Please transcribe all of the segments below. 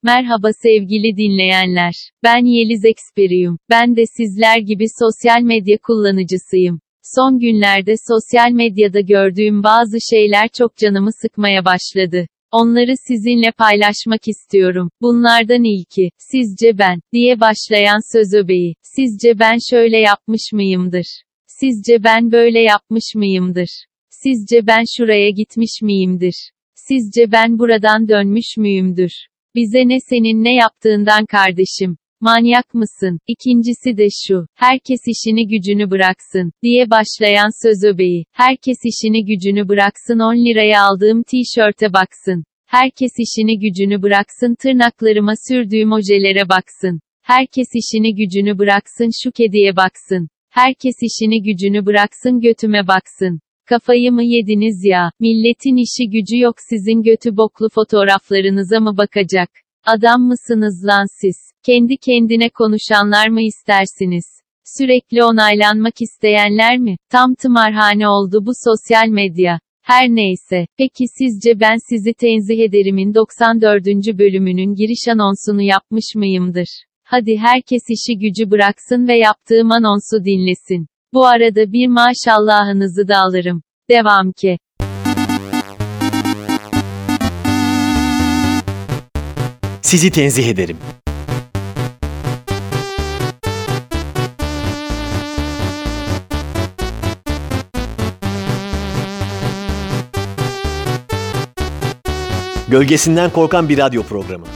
Merhaba sevgili dinleyenler. Ben Yeliz Experium. Ben de sizler gibi sosyal medya kullanıcısıyım. Son günlerde sosyal medyada gördüğüm bazı şeyler çok canımı sıkmaya başladı. Onları sizinle paylaşmak istiyorum. Bunlardan ilki, sizce ben, diye başlayan söz öbeği. Sizce ben şöyle yapmış mıyımdır? Sizce ben böyle yapmış mıyımdır? Sizce ben şuraya gitmiş miyimdir? Sizce ben buradan dönmüş müyümdür? Bize ne senin ne yaptığından kardeşim. Manyak mısın? İkincisi de şu, herkes işini gücünü bıraksın, diye başlayan söz öbeği. Herkes işini gücünü bıraksın 10 liraya aldığım tişörte baksın. Herkes işini gücünü bıraksın tırnaklarıma sürdüğüm ojelere baksın. Herkes işini gücünü bıraksın şu kediye baksın. Herkes işini gücünü bıraksın götüme baksın. Kafayı mı yediniz ya? Milletin işi gücü yok sizin götü boklu fotoğraflarınıza mı bakacak? Adam mısınız lan siz? Kendi kendine konuşanlar mı istersiniz? Sürekli onaylanmak isteyenler mi? Tam tımarhane oldu bu sosyal medya. Her neyse, peki sizce ben sizi tenzih ederimin 94. bölümünün giriş anonsunu yapmış mıyımdır? Hadi herkes işi gücü bıraksın ve yaptığım anonsu dinlesin. Bu arada bir maşallahınızı da alırım. Devam ki. Sizi tenzih ederim. Gölgesinden korkan bir radyo programı.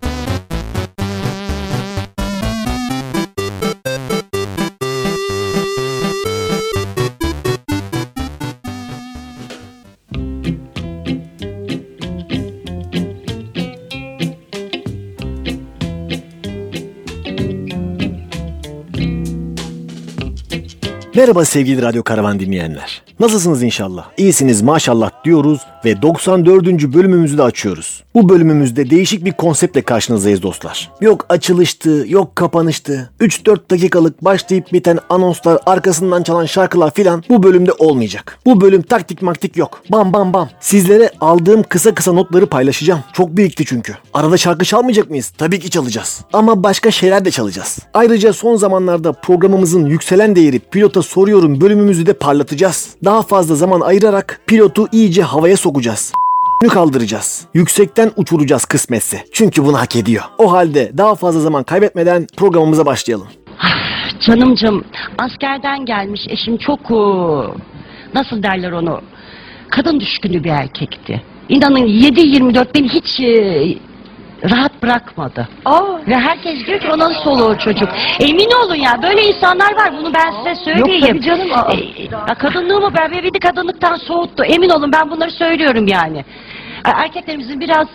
Merhaba sevgili Radyo Karavan dinleyenler. Nasılsınız inşallah? İyisiniz maşallah diyoruz ve 94. bölümümüzü de açıyoruz. Bu bölümümüzde değişik bir konseptle karşınızdayız dostlar. Yok açılıştı, yok kapanıştı. 3-4 dakikalık başlayıp biten anonslar, arkasından çalan şarkılar filan bu bölümde olmayacak. Bu bölüm taktik maktik yok. Bam bam bam. Sizlere aldığım kısa kısa notları paylaşacağım. Çok birikti çünkü. Arada şarkı çalmayacak mıyız? Tabii ki çalacağız. Ama başka şeyler de çalacağız. Ayrıca son zamanlarda programımızın yükselen değeri Pilota Soruyorum bölümümüzü de parlatacağız. Daha fazla zaman ayırarak pilotu iyice havaya sokacağız. Kaldıracağız. Yüksekten uçuracağız kısmetse. Çünkü bunu hak ediyor. O halde daha fazla zaman kaybetmeden programımıza başlayalım. Canımcım, askerden gelmiş eşim çok nasıl derler onu, kadın düşkünü bir erkekti. İnanın 7-24 beni hiç rahat bırakmadı. Ve herkes diyor ki o nasıl olur çocuk. Emin olun ya, böyle insanlar var, bunu ben size söyleyeyim. Yok tabii canım. Kadınlığımı beni kadınlıktan soğuttu. Emin olun, ben bunları söylüyorum yani. Erkeklerimizin biraz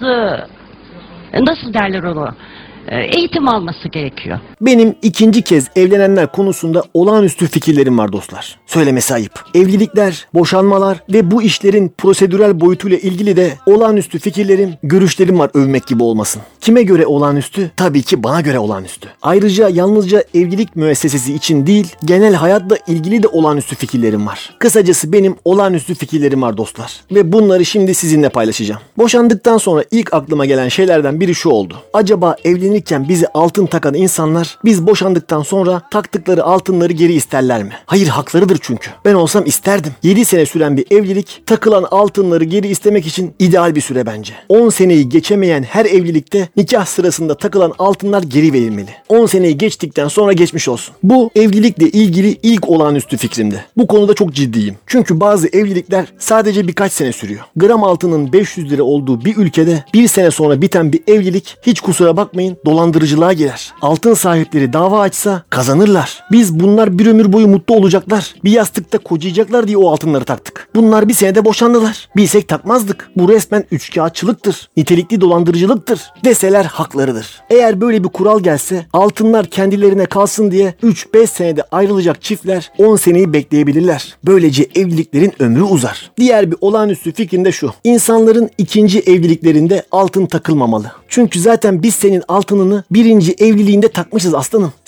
nasıl derler onu, eğitim alması gerekiyor. Benim ikinci kez evlenenler konusunda olağanüstü fikirlerim var dostlar. Söylemesi ayıp. Evlilikler, boşanmalar ve bu işlerin prosedürel boyutuyla ilgili de olağanüstü fikirlerim, görüşlerim var övmek gibi olmasın. Kime göre olağanüstü? Tabii ki bana göre olağanüstü. Ayrıca yalnızca evlilik müessesesi için değil, genel hayatla ilgili de olağanüstü fikirlerim var. Kısacası benim olağanüstü fikirlerim var dostlar. Ve bunları şimdi sizinle paylaşacağım. Boşandıktan sonra ilk aklıma gelen şeylerden biri şu oldu. Acaba evlenirken bizi altın takan insanlar biz boşandıktan sonra taktıkları altınları geri isterler mi? Hayır, haklarıdır çünkü. Ben olsam isterdim. 7 sene süren bir evlilik takılan altınları geri istemek için ideal bir süre bence. 10 seneyi geçemeyen her evlilikte nikah sırasında takılan altınlar geri verilmeli. 10 seneyi geçtikten sonra geçmiş olsun. Bu evlilikle ilgili ilk olağanüstü fikrimdi. Bu konuda çok ciddiyim. Çünkü bazı evlilikler sadece birkaç sene sürüyor. Gram altının 500 lira olduğu bir ülkede bir sene sonra biten bir evlilik hiç kusura bakmayın dolandırıcılığa girer. Altın sahipleri dava açsa kazanırlar. Biz bunlar bir ömür boyu mutlu olacaklar, bir yastıkta kocayacaklar diye o altınları taktık. Bunlar bir senede boşandılar. Bilsek takmazdık. Bu resmen üçkağıtçılıktır, nitelikli dolandırıcılıktır deseler haklarıdır. Eğer böyle bir kural gelse altınlar kendilerine kalsın diye 3-5 senede ayrılacak çiftler 10 seneyi bekleyebilirler. Böylece evliliklerin ömrü uzar. Diğer bir olağanüstü fikrim de şu. İnsanların ikinci evliliklerinde altın takılmamalı. Çünkü zaten biz senin altınını birinci evliliğinde takmışız aslanım.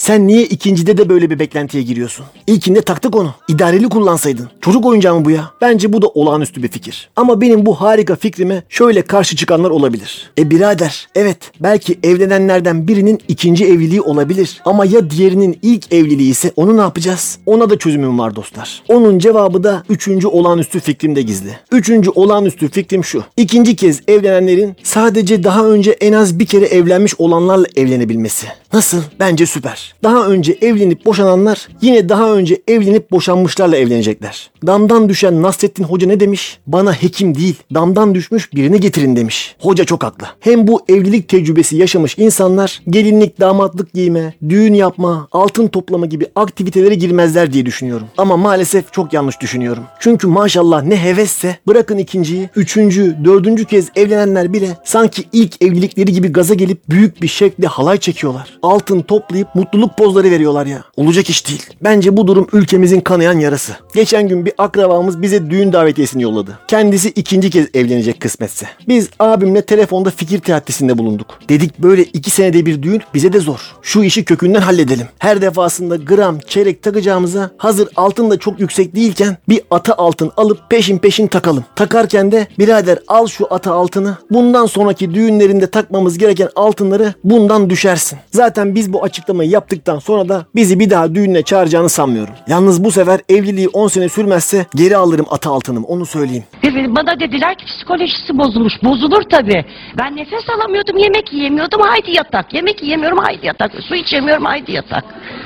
Sen niye ikincide de böyle bir beklentiye giriyorsun? İlkinde taktık onu. İdareli kullansaydın. Çocuk oyuncağı mı bu ya? Bence bu da olağanüstü bir fikir. Ama benim bu harika fikrime şöyle karşı çıkanlar olabilir. Birader, evet belki evlenenlerden birinin ikinci evliliği olabilir. Ama ya diğerinin ilk evliliği ise onu ne yapacağız? Ona da çözümüm var dostlar. Onun cevabı da üçüncü olağanüstü fikrimde gizli. Üçüncü olağanüstü fikrim şu. İkinci kez evlenenlerin sadece daha önce en az bir kere evlenmiş olanlarla evlenebilmesi. Nasıl? Bence süper. Daha önce evlenip boşananlar yine daha önce evlenip boşanmışlarla evlenecekler. Damdan düşen Nasrettin Hoca ne demiş? Bana hekim değil, damdan düşmüş birini getirin demiş. Hoca çok haklı. Hem bu evlilik tecrübesi yaşamış insanlar gelinlik, damatlık giyme, düğün yapma, altın toplama gibi aktivitelere girmezler diye düşünüyorum. Ama maalesef çok yanlış düşünüyorum. Çünkü maşallah ne hevesse bırakın ikinciyi, üçüncü, dördüncü kez evlenenler bile sanki ilk evlilikleri gibi gaza gelip büyük bir şekilde halay çekiyorlar. Altın toplayıp mutluluk pozları veriyorlar ya. Olacak iş değil. Bence bu durum ülkemizin kanayan yarası. Geçen gün bir akrabamız bize düğün davetiyesini yolladı. Kendisi ikinci kez evlenecek kısmetse. Biz abimle telefonda fikir teatisinde bulunduk. Dedik böyle 2 senede bir düğün bize de zor. Şu işi kökünden halledelim. Her defasında gram, çeyrek takacağımıza hazır altın da çok yüksek değilken bir ata altın alıp peşin peşin takalım. Takarken de birader al şu ata altını. Bundan sonraki düğünlerinde takmamız gereken altınları bundan düşersin. Zaten biz bu açıklamayı yaptıktan sonra da bizi bir daha düğüne çağıracağını sanmıyorum. Yalnız bu sefer evliliği 10 sene sürmezse geri alırım ata altınımı, onu söyleyeyim. Bana dediler ki psikolojisi bozulmuş. Bozulur tabii. Ben nefes alamıyordum, yemek yiyemiyordum, haydi yatak. Yemek yiyemiyorum, haydi yatak. Su içemiyorum, haydi yatak.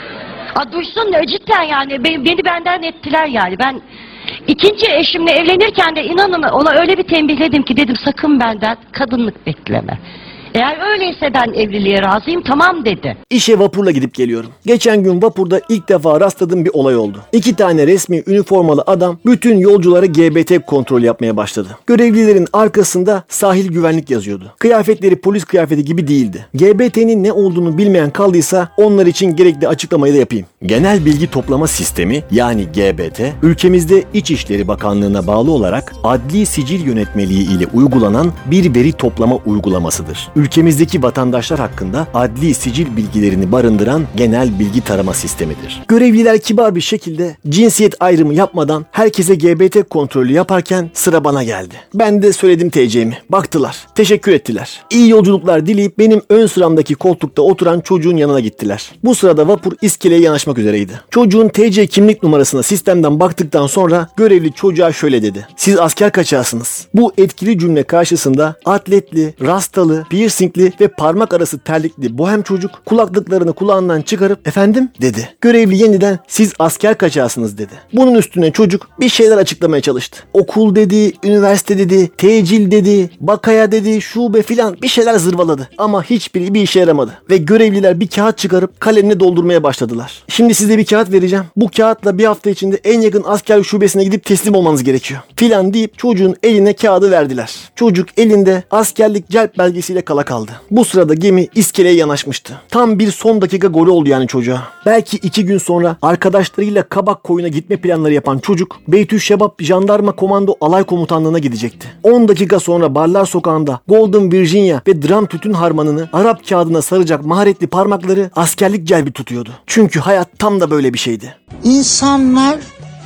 Duysun cidden yani beni benden ettiler yani. Ben ikinci eşimle evlenirken de inanın ona öyle bir tembihledim ki dedim sakın benden kadınlık bekleme. Eğer öyleyse ben evliliğe razıyım, tamam dedi. İşe vapurla gidip geliyorum. Geçen gün vapurda ilk defa rastladığım bir olay oldu. 2 tane resmi üniformalı adam bütün yolculara GBT kontrol yapmaya başladı. Görevlilerin arkasında sahil güvenlik yazıyordu. Kıyafetleri polis kıyafeti gibi değildi. GBT'nin ne olduğunu bilmeyen kaldıysa onlar için gerekli açıklamayı da yapayım. Genel Bilgi Toplama Sistemi yani GBT, ülkemizde İçişleri Bakanlığı'na bağlı olarak Adli Sicil Yönetmeliği ile uygulanan bir veri toplama uygulamasıdır. Ülkemizdeki vatandaşlar hakkında adli sicil bilgilerini barındıran genel bilgi tarama sistemidir. Görevliler kibar bir şekilde cinsiyet ayrımı yapmadan herkese GBT kontrolü yaparken sıra bana geldi. Ben de söyledim TC'mi. Baktılar. Teşekkür ettiler. İyi yolculuklar dileyip benim ön sıramdaki koltukta oturan çocuğun yanına gittiler. Bu sırada vapur iskeleye yanaşmak üzereydi. Çocuğun TC kimlik numarasına sistemden baktıktan sonra görevli çocuğa şöyle dedi. Siz asker kaçağısınız. Bu etkili cümle karşısında atletli, rastalı, piercingli ve parmak arası terlikli bohem çocuk kulaklıklarını kulağından çıkarıp efendim dedi. Görevli yeniden siz asker kaçağısınız dedi. Bunun üstüne çocuk bir şeyler açıklamaya çalıştı. Okul dedi, üniversite dedi, tecil dedi, bakaya dedi, şube filan bir şeyler zırvaladı. Ama hiçbiri bir işe yaramadı. Ve görevliler bir kağıt çıkarıp kalemine doldurmaya başladılar. Şimdi size bir kağıt vereceğim. Bu kağıtla bir hafta içinde en yakın asker şubesine gidip teslim olmanız gerekiyor. Filan deyip çocuğun eline kağıdı verdiler. Çocuk elinde askerlik celp belgesiyle kala kaldı. Bu sırada gemi iskeleye yanaşmıştı. Tam bir son dakika golü oldu yani çocuğa. Belki 2 gün sonra arkadaşlarıyla Kabak Koyun'a gitme planları yapan çocuk Beytüşşebap Jandarma Komando Alay Komutanlığı'na gidecekti. 10 dakika sonra Barlar Sokağı'nda Golden Virginia ve Dram tütün harmanını Arap kağıdına saracak maharetli parmakları askerlik celbi tutuyordu. Çünkü hayat tam da böyle bir şeydi. İnsanlar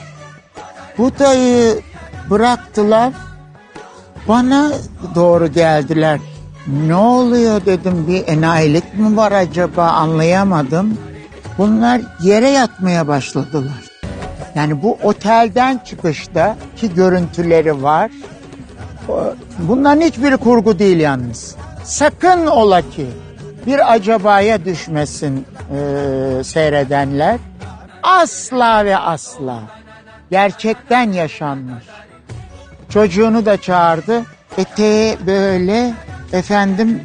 bu dayı bıraktılar, bana doğru geldiler. Ne oluyor dedim, bir enayilik mi var acaba, anlayamadım. Bunlar yere yatmaya başladılar. Yani bu otelden çıkışta ki görüntüleri var. Bunların hiçbiri kurgu değil yalnız. Sakın ola ki bir acabaya düşmesin seyredenler. Asla ve asla. Gerçekten yaşanmış. Çocuğunu da çağırdı. Eteği böyle efendim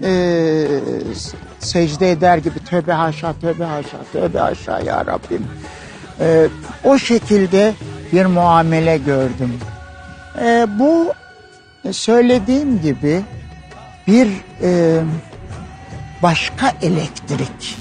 secde eder gibi tövbe haşa, tövbe haşa, tövbe haşa ya Rabbim. O şekilde bir muamele gördüm. Bu söylediğim gibi bir başka elektrik.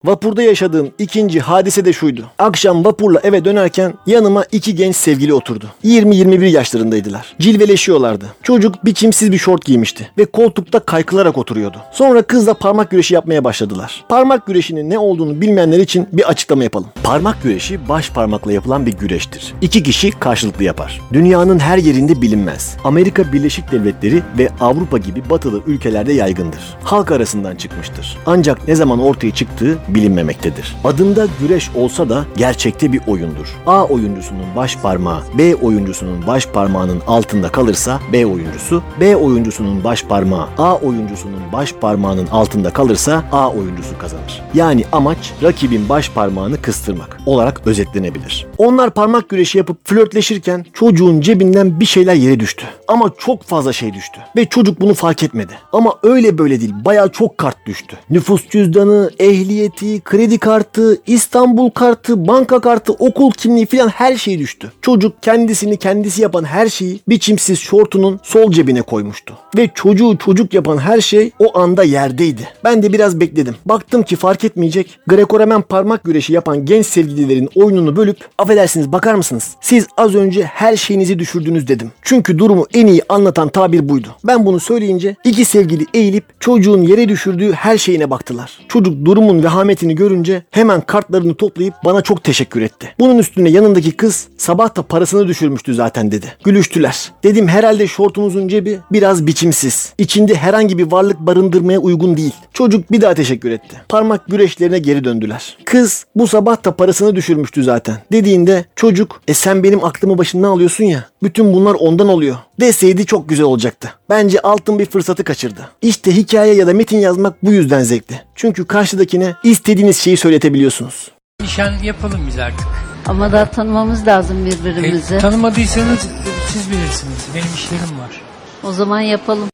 Vapurda yaşadığım ikinci hadise de şuydu. Akşam vapurla eve dönerken yanıma iki genç sevgili oturdu. 20-21 yaşlarındaydılar. Cilveleşiyorlardı. Çocuk biçimsiz bir şort giymişti ve koltukta kaykılarak oturuyordu. Sonra kızla parmak güreşi yapmaya başladılar. Parmak güreşinin ne olduğunu bilmeyenler için bir açıklama yapalım. Parmak güreşi baş parmakla yapılan bir güreştir. İki kişi karşılıklı yapar. Dünyanın her yerinde bilinmez. Amerika Birleşik Devletleri ve Avrupa gibi batılı ülkelerde yaygındır. Halk arasından çıkmıştır. Ancak ne zaman ortaya çıktığı bilinmemektedir. Adında güreş olsa da gerçekte bir oyundur. A oyuncusunun baş parmağı B oyuncusunun baş parmağının altında kalırsa B oyuncusu, B oyuncusunun baş parmağı A oyuncusunun baş parmağının altında kalırsa A oyuncusu kazanır. Yani amaç rakibin baş parmağını kıstırmak olarak özetlenebilir. Onlar parmak güreşi yapıp flörtleşirken çocuğun cebinden bir şeyler yere düştü. Ama çok fazla şey düştü. Ve çocuk bunu fark etmedi. Ama öyle böyle değil, bayağı çok kart düştü. Nüfus cüzdanı, ehliyeti, kredi kartı, İstanbul kartı, banka kartı, okul kimliği filan her şey düştü. Çocuk kendisini kendisi yapan her şeyi biçimsiz şortunun sol cebine koymuştu. Ve çocuğu çocuk yapan her şey o anda yerdeydi. Ben de biraz bekledim. Baktım ki fark etmeyecek. Greco-Romen parmak güreşi yapan genç sevgililerin oyununu bölüp affedersiniz bakar mısınız? Siz az önce her şeyinizi düşürdünüz dedim. Çünkü durumu en iyi anlatan tabir buydu. Ben bunu söyleyince iki sevgili eğilip çocuğun yere düşürdüğü her şeyine baktılar. Çocuk durumun vehametini görünce hemen kartlarını toplayıp bana çok teşekkür etti. Bunun üstüne yanındaki kız sabah da parasını düşürmüştü zaten dedi. Gülüştüler. Dedim herhalde şortunuzun cebi biraz biçimsiz. İçinde herhangi bir varlık barındırmaya uygun değil. Çocuk bir daha teşekkür etti. Parmak güreşlerine geri döndüler. Kız bu sabah da parasını düşürmüştü zaten dediğinde çocuk sen benim aklımı başından alıyorsun ya, bütün bunlar ondan oluyor deseydi çok güzel olacaktı. Bence altın bir fırsatı kaçırdı. İşte hikaye ya da metin yazmak bu yüzden zevkli. Çünkü karşıdakine istediğiniz şeyi söyletebiliyorsunuz. Nişan yapalım biz artık. Ama daha tanımamız lazım birbirimizi. Tanımadıysanız siz bilirsiniz. Benim işlerim var. O zaman yapalım.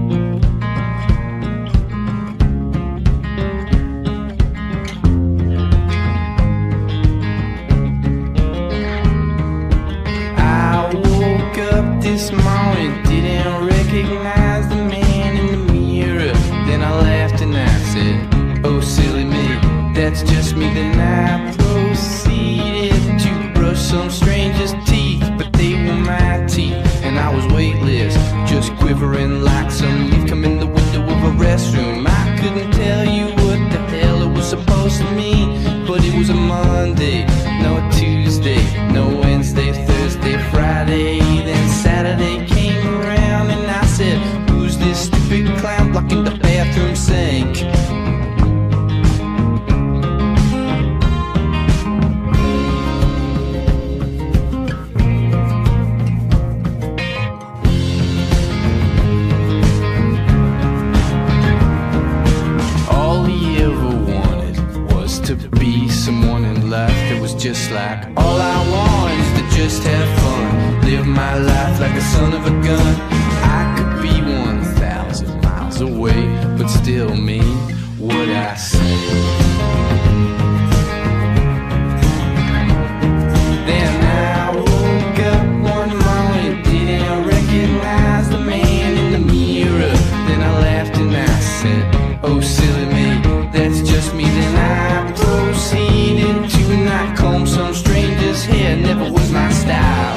This morning didn't recognize the man in the mirror. Then I laughed and I said, oh silly me, that's just me. Then I proceeded to brush some stranger's teeth, but they were my teeth, and I was weightless, just quivering like some leaf come in the window of a restroom. I couldn't tell you what the hell it was supposed to mean, but it was a Monday, no Tuesday, no Wednesday, Thursday, Friday. Then Saturday came around and I said, who's this stupid clown blocking the bathroom sink? All he ever wanted was to be someone in life that was just like all I want is to just have fun, live my life like a son of a gun. I could be 1,000 miles away, but still mean what I say. Then I woke up one morning, didn't recognize the man in the mirror. Then I laughed and I said, oh silly me, that's just me. Then I proceeded to not comb some stranger's hair, never was my style.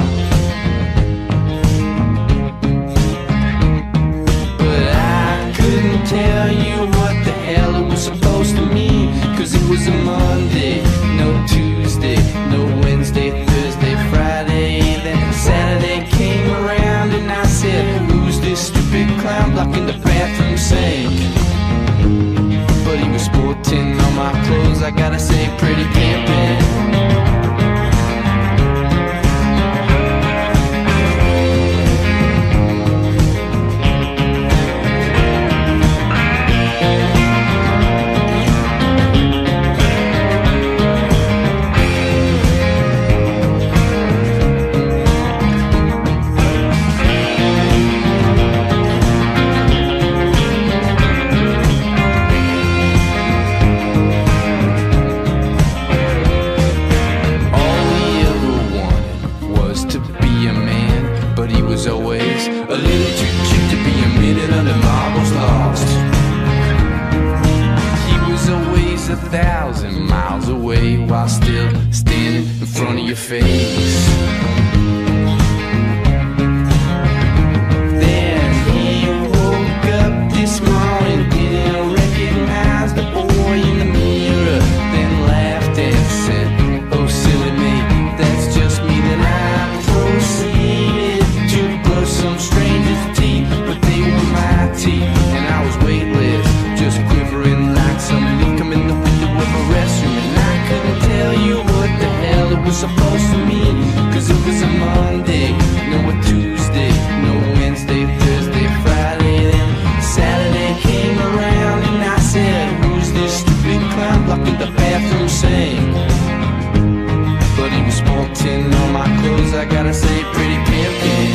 But I couldn't tell you what the hell it was supposed to mean, cause it was a Monday, no Tuesday, no Wednesday, Thursday, Friday. Then Saturday came around and I said, who's this stupid clown blocking the bathroom sink? But he was sporting all my clothes, I gotta say, pretty pimpin'. Always a little too cute to be a minute under marbles lost. He was always a 1,000 miles away while still standing in front of your face. Then he woke up this morning, didn't recognize the boy in the mirror, then laughed and said, "Oh silly me, that's just me." Then I proceeded to brush some stranger's teeth, but they were my teeth, and I was weightless, just quivering like some leaf coming the window of a restroom, and I couldn't tell you what the hell it was supposed to mean, 'cause it was a Monday, no a Tuesday, no Wednesday, Thursday, Friday, then Saturday came around, and I said, "Who's this stupid clown blocking the bathroom sink?" But he was sporting all my clothes, I gotta say, pretty pimpin'.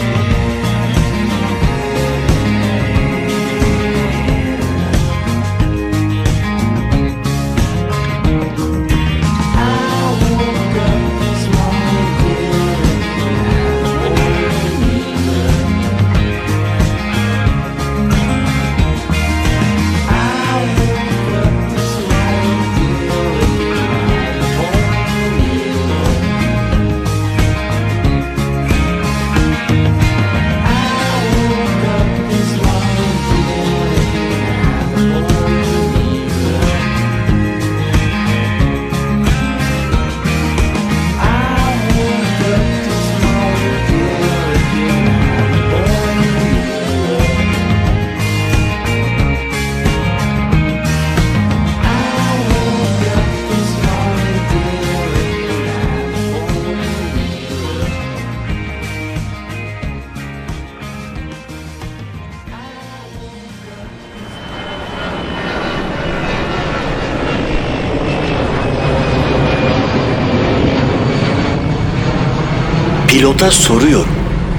Pilota soruyorum.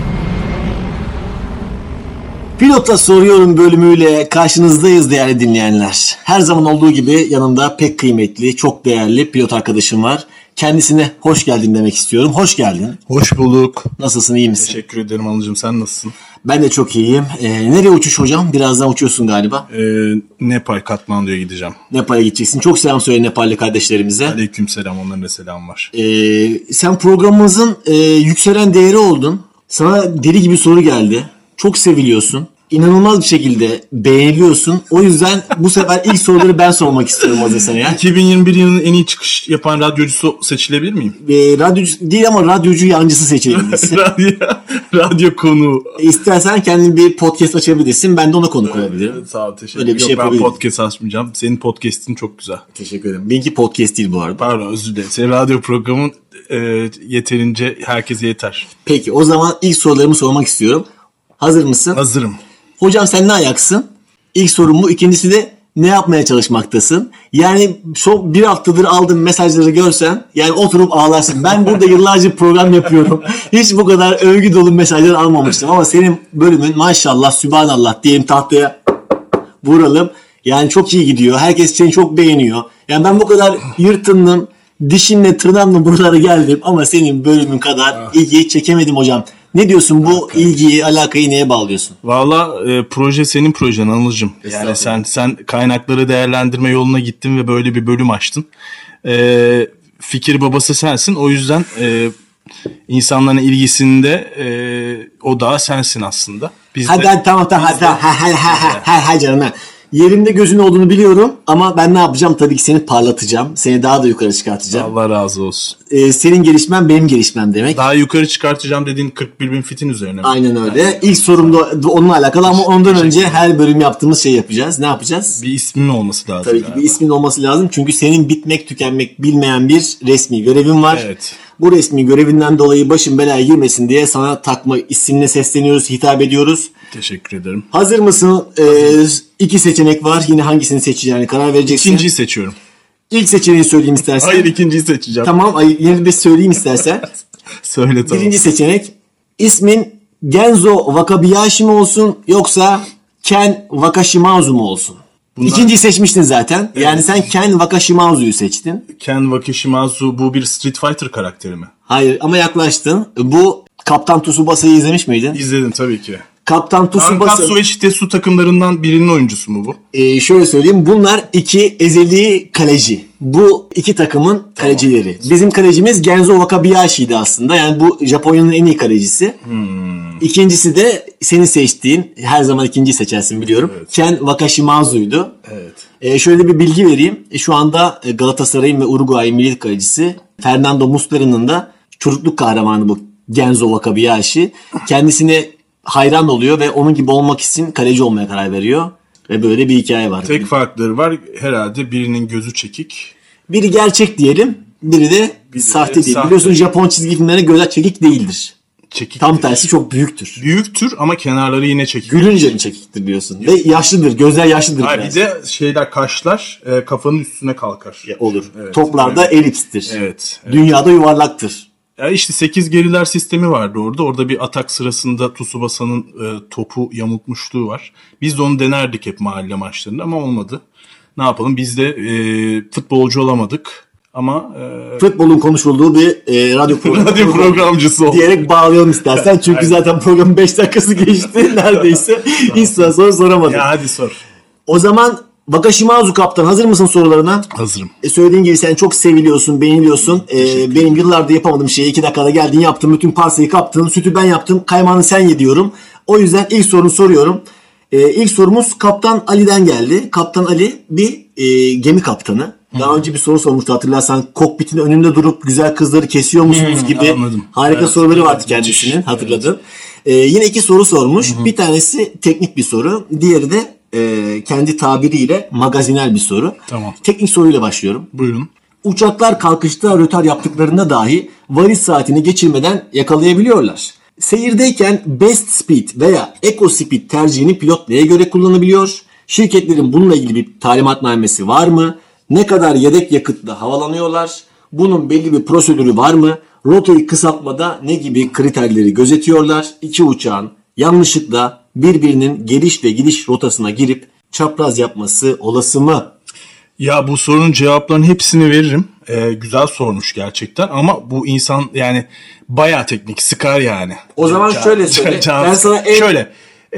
Pilota soruyorum bölümüyle karşınızdayız değerli dinleyenler. Her zaman olduğu gibi yanımda pek kıymetli, çok değerli pilot arkadaşım var. Kendisine hoş geldin demek istiyorum. Hoş geldin. Hoş bulduk. Nasılsın, iyi misin? Teşekkür ederim Anılcığım, sen nasılsın? Ben de çok iyiyim. Nereye uçuş hocam? Birazdan uçuyorsun galiba. Nepal, Katmandu'ya gideceğim. Nepal'e gideceksin. Çok selam söyle Nepalli kardeşlerimize. Aleykümselam, onların da selam var. Sen programımızın yükselen değeri oldun. Sana deli gibi soru geldi. Çok seviliyorsun. İnanılmaz bir şekilde beğeniliyorsun. O yüzden bu sefer ilk soruları ben sormak istiyorum hazırsan ya. 2021 yılının en iyi çıkış yapan radyocusu seçilebilir miyim? Radyocu değil ama radyocu yancısı seçebilirsin. Radyo konuğu. İstersen kendin bir podcast açabilirsin. Ben de ona konuk olabilirim. Sağ ol, teşekkür Öyle bir şey ben yapabilirim. podcast açmayacağım. Senin podcast'in çok güzel. Teşekkür ederim. Benimki podcast değil bu arada. Pardon, özür dilerim. Senin radyo programın yeterince herkese yeter. Peki o zaman ilk sorularımı sormak istiyorum. Hazır mısın? Hazırım. Hocam sen ne ayaksın? İlk sorum bu. İkincisi de ne yapmaya çalışmaktasın? Yani şu bir haftadır aldığım mesajları görsen yani oturup ağlarsın. Ben burada yıllarca program yapıyorum. Hiç bu kadar övgü dolu mesajlar almamıştım. Ama senin bölümün maşallah sübhanallah diyelim tahtaya vuralım. Yani çok iyi gidiyor. Herkes seni çok beğeniyor. Yani ben bu kadar yırtındım. Dişimle tırnağımla buralara geldim. Ama senin bölümün kadar ilgiyi çekemedim hocam. Ne diyorsun bu ilgiyi, alakayı neye bağlıyorsun? Valla proje senin projen Anılcığım. Yani sen kaynakları değerlendirme yoluna gittin ve böyle bir bölüm açtın. Fikir babası sensin. O yüzden insanların ilgisinde odağı sensin aslında. Hadi tamam. Hadi canım. Yerimde gözün olduğunu biliyorum ama ben ne yapacağım? Tabii ki seni parlatacağım. Seni daha da yukarı çıkartacağım. Allah razı olsun. Senin gelişmen benim gelişmem demek. Daha yukarı çıkartacağım dediğin 41.000 fitin üzerine mi? Aynen öyle. Yani. İlk sorum da onunla alakalı ama ondan önce her bölüm yaptığımız şey yapacağız. Ne yapacağız? Bir ismin olması lazım. Tabii ki bir ismin olması lazım. Çünkü senin bitmek tükenmek bilmeyen bir resmi görevin var. Evet. Bu resmi görevinden dolayı başın belaya girmesin diye sana takma isimle sesleniyoruz, hitap ediyoruz. Teşekkür ederim. Hazır mısın? İki seçenek var. Yine hangisini seçeceğine karar vereceksin. İkinciyi seçiyorum. İlk seçeneği söyleyeyim istersen. Hayır, ikinciyi seçeceğim. Tamam, yine de söyleyeyim istersen. Söyle tamam. Birinci seçenek. İsmin Genzo Wakabayashi mi olsun yoksa Ken Wakashimazu mu olsun? İkinciyi seçmiştin zaten. Evet. Yani sen Ken Wakashimazu'yu seçtin. Ken Wakashimazu bu bir Street Fighter karakteri mi? Hayır ama yaklaştın. Bu Kaptan Tsubasa'yı izlemiş miydin? İzledim tabii ki. Kaptan Ankat Tsubasa. su ve Çite su takımlarından birinin oyuncusu mu bu? Şöyle söyleyeyim. Bunlar iki ezeli kaleci. Bu iki takımın kalecileri. Bizim kalecimiz Genzo Wakabayashi'ydi aslında. Yani bu Japonya'nın en iyi kalecisi. İkincisi de senin seçtiğin, her zaman ikinciyi seçersin biliyorum. Evet. Ken Wakashimazu'ydu. Evet. Şöyle bir bilgi vereyim. Şu anda Galatasaray'ın ve Uruguay'ın milli kalecisi Fernando Muslera'nın da çocukluk kahramanı bu Genzo Wakabayashi. Kendisine hayran oluyor ve onun gibi olmak için kaleci olmaya karar veriyor. Ve böyle bir hikaye var. Tek farkları var. Herhalde birinin gözü çekik. Biri gerçek diyelim, biri de sahte değil. sahte. Biliyorsun Japon çizgi filmlerine gözler çekik değildir. Çekik. Tam tersi çok büyüktür. Büyüktür ama kenarları yine çekik. Gülünce mi çekiktir biliyorsun. Ve yaşlıdır, gözler yaşlıdır. Ha, biraz. bir de kaşlar kafanın üstüne kalkar. Olur. Evet, Toplarda elipstir. Evet. Dünyada yuvarlaktır. Ya işte 8 geriler sistemi vardı orada. Orada bir atak sırasında Tsubasa'nın topu yamultmuşluğu var. Biz de onu denerdik hep mahalle maçlarında ama olmadı. Ne yapalım? Biz de futbolcu olamadık. Ama Futbolun konuşulduğu bir radyo programı. radyo programcısı olduk. Diyerek bağlayalım istersen. Çünkü zaten programın 5 dakikası geçti neredeyse. Hiç soru soramadım. Ya hadi sor. O zaman Wakashimazu kaptan, hazır mısın sorularına? Hazırım. Söylediğin gibi sen çok seviliyorsun, beğeniliyorsun. Benim yıllardır yapamadığım şeyi 2 dakikada geldin yaptın. Bütün parsayı kaptın. Sütü ben yaptım. Kaymağını sen ye diyorum. O yüzden ilk sorunu soruyorum. İlk sorumuz Kaptan Ali'den geldi. Kaptan Ali bir gemi kaptanı. Daha önce bir soru sormuştu hatırlarsan. Kokpitin önünde durup güzel kızları kesiyor musunuz gibi anladım. harika Evet, soruları vardı evet, kendisinin. müthiş. Hatırladın. Yine 2 soru sormuş. Bir tanesi teknik bir soru. Diğeri de kendi tabiriyle magazinel bir soru. Tamam. Teknik soruyla başlıyorum. Buyurun. Uçaklar kalkışta rötar yaptıklarında dahi varış saatini geçirmeden yakalayabiliyorlar. Seyirdeyken Best Speed veya Eco Speed tercihini pilot neye göre kullanabiliyor? Şirketlerin bununla ilgili bir talimatnamesi var mı? Ne kadar yedek yakıtla havalanıyorlar? Bunun belli bir prosedürü var mı? Rotayı kısaltmada ne gibi kriterleri gözetiyorlar? İki uçağın yanlışlıkla birbirinin geliş ve gidiş rotasına girip çapraz yapması olası mı? Ya bu sorunun cevaplarının hepsini veririm. Güzel sormuş gerçekten ama bu insan yani bayağı teknik, sıkar yani. O zaman şöyle söyle. Ben sana şöyle.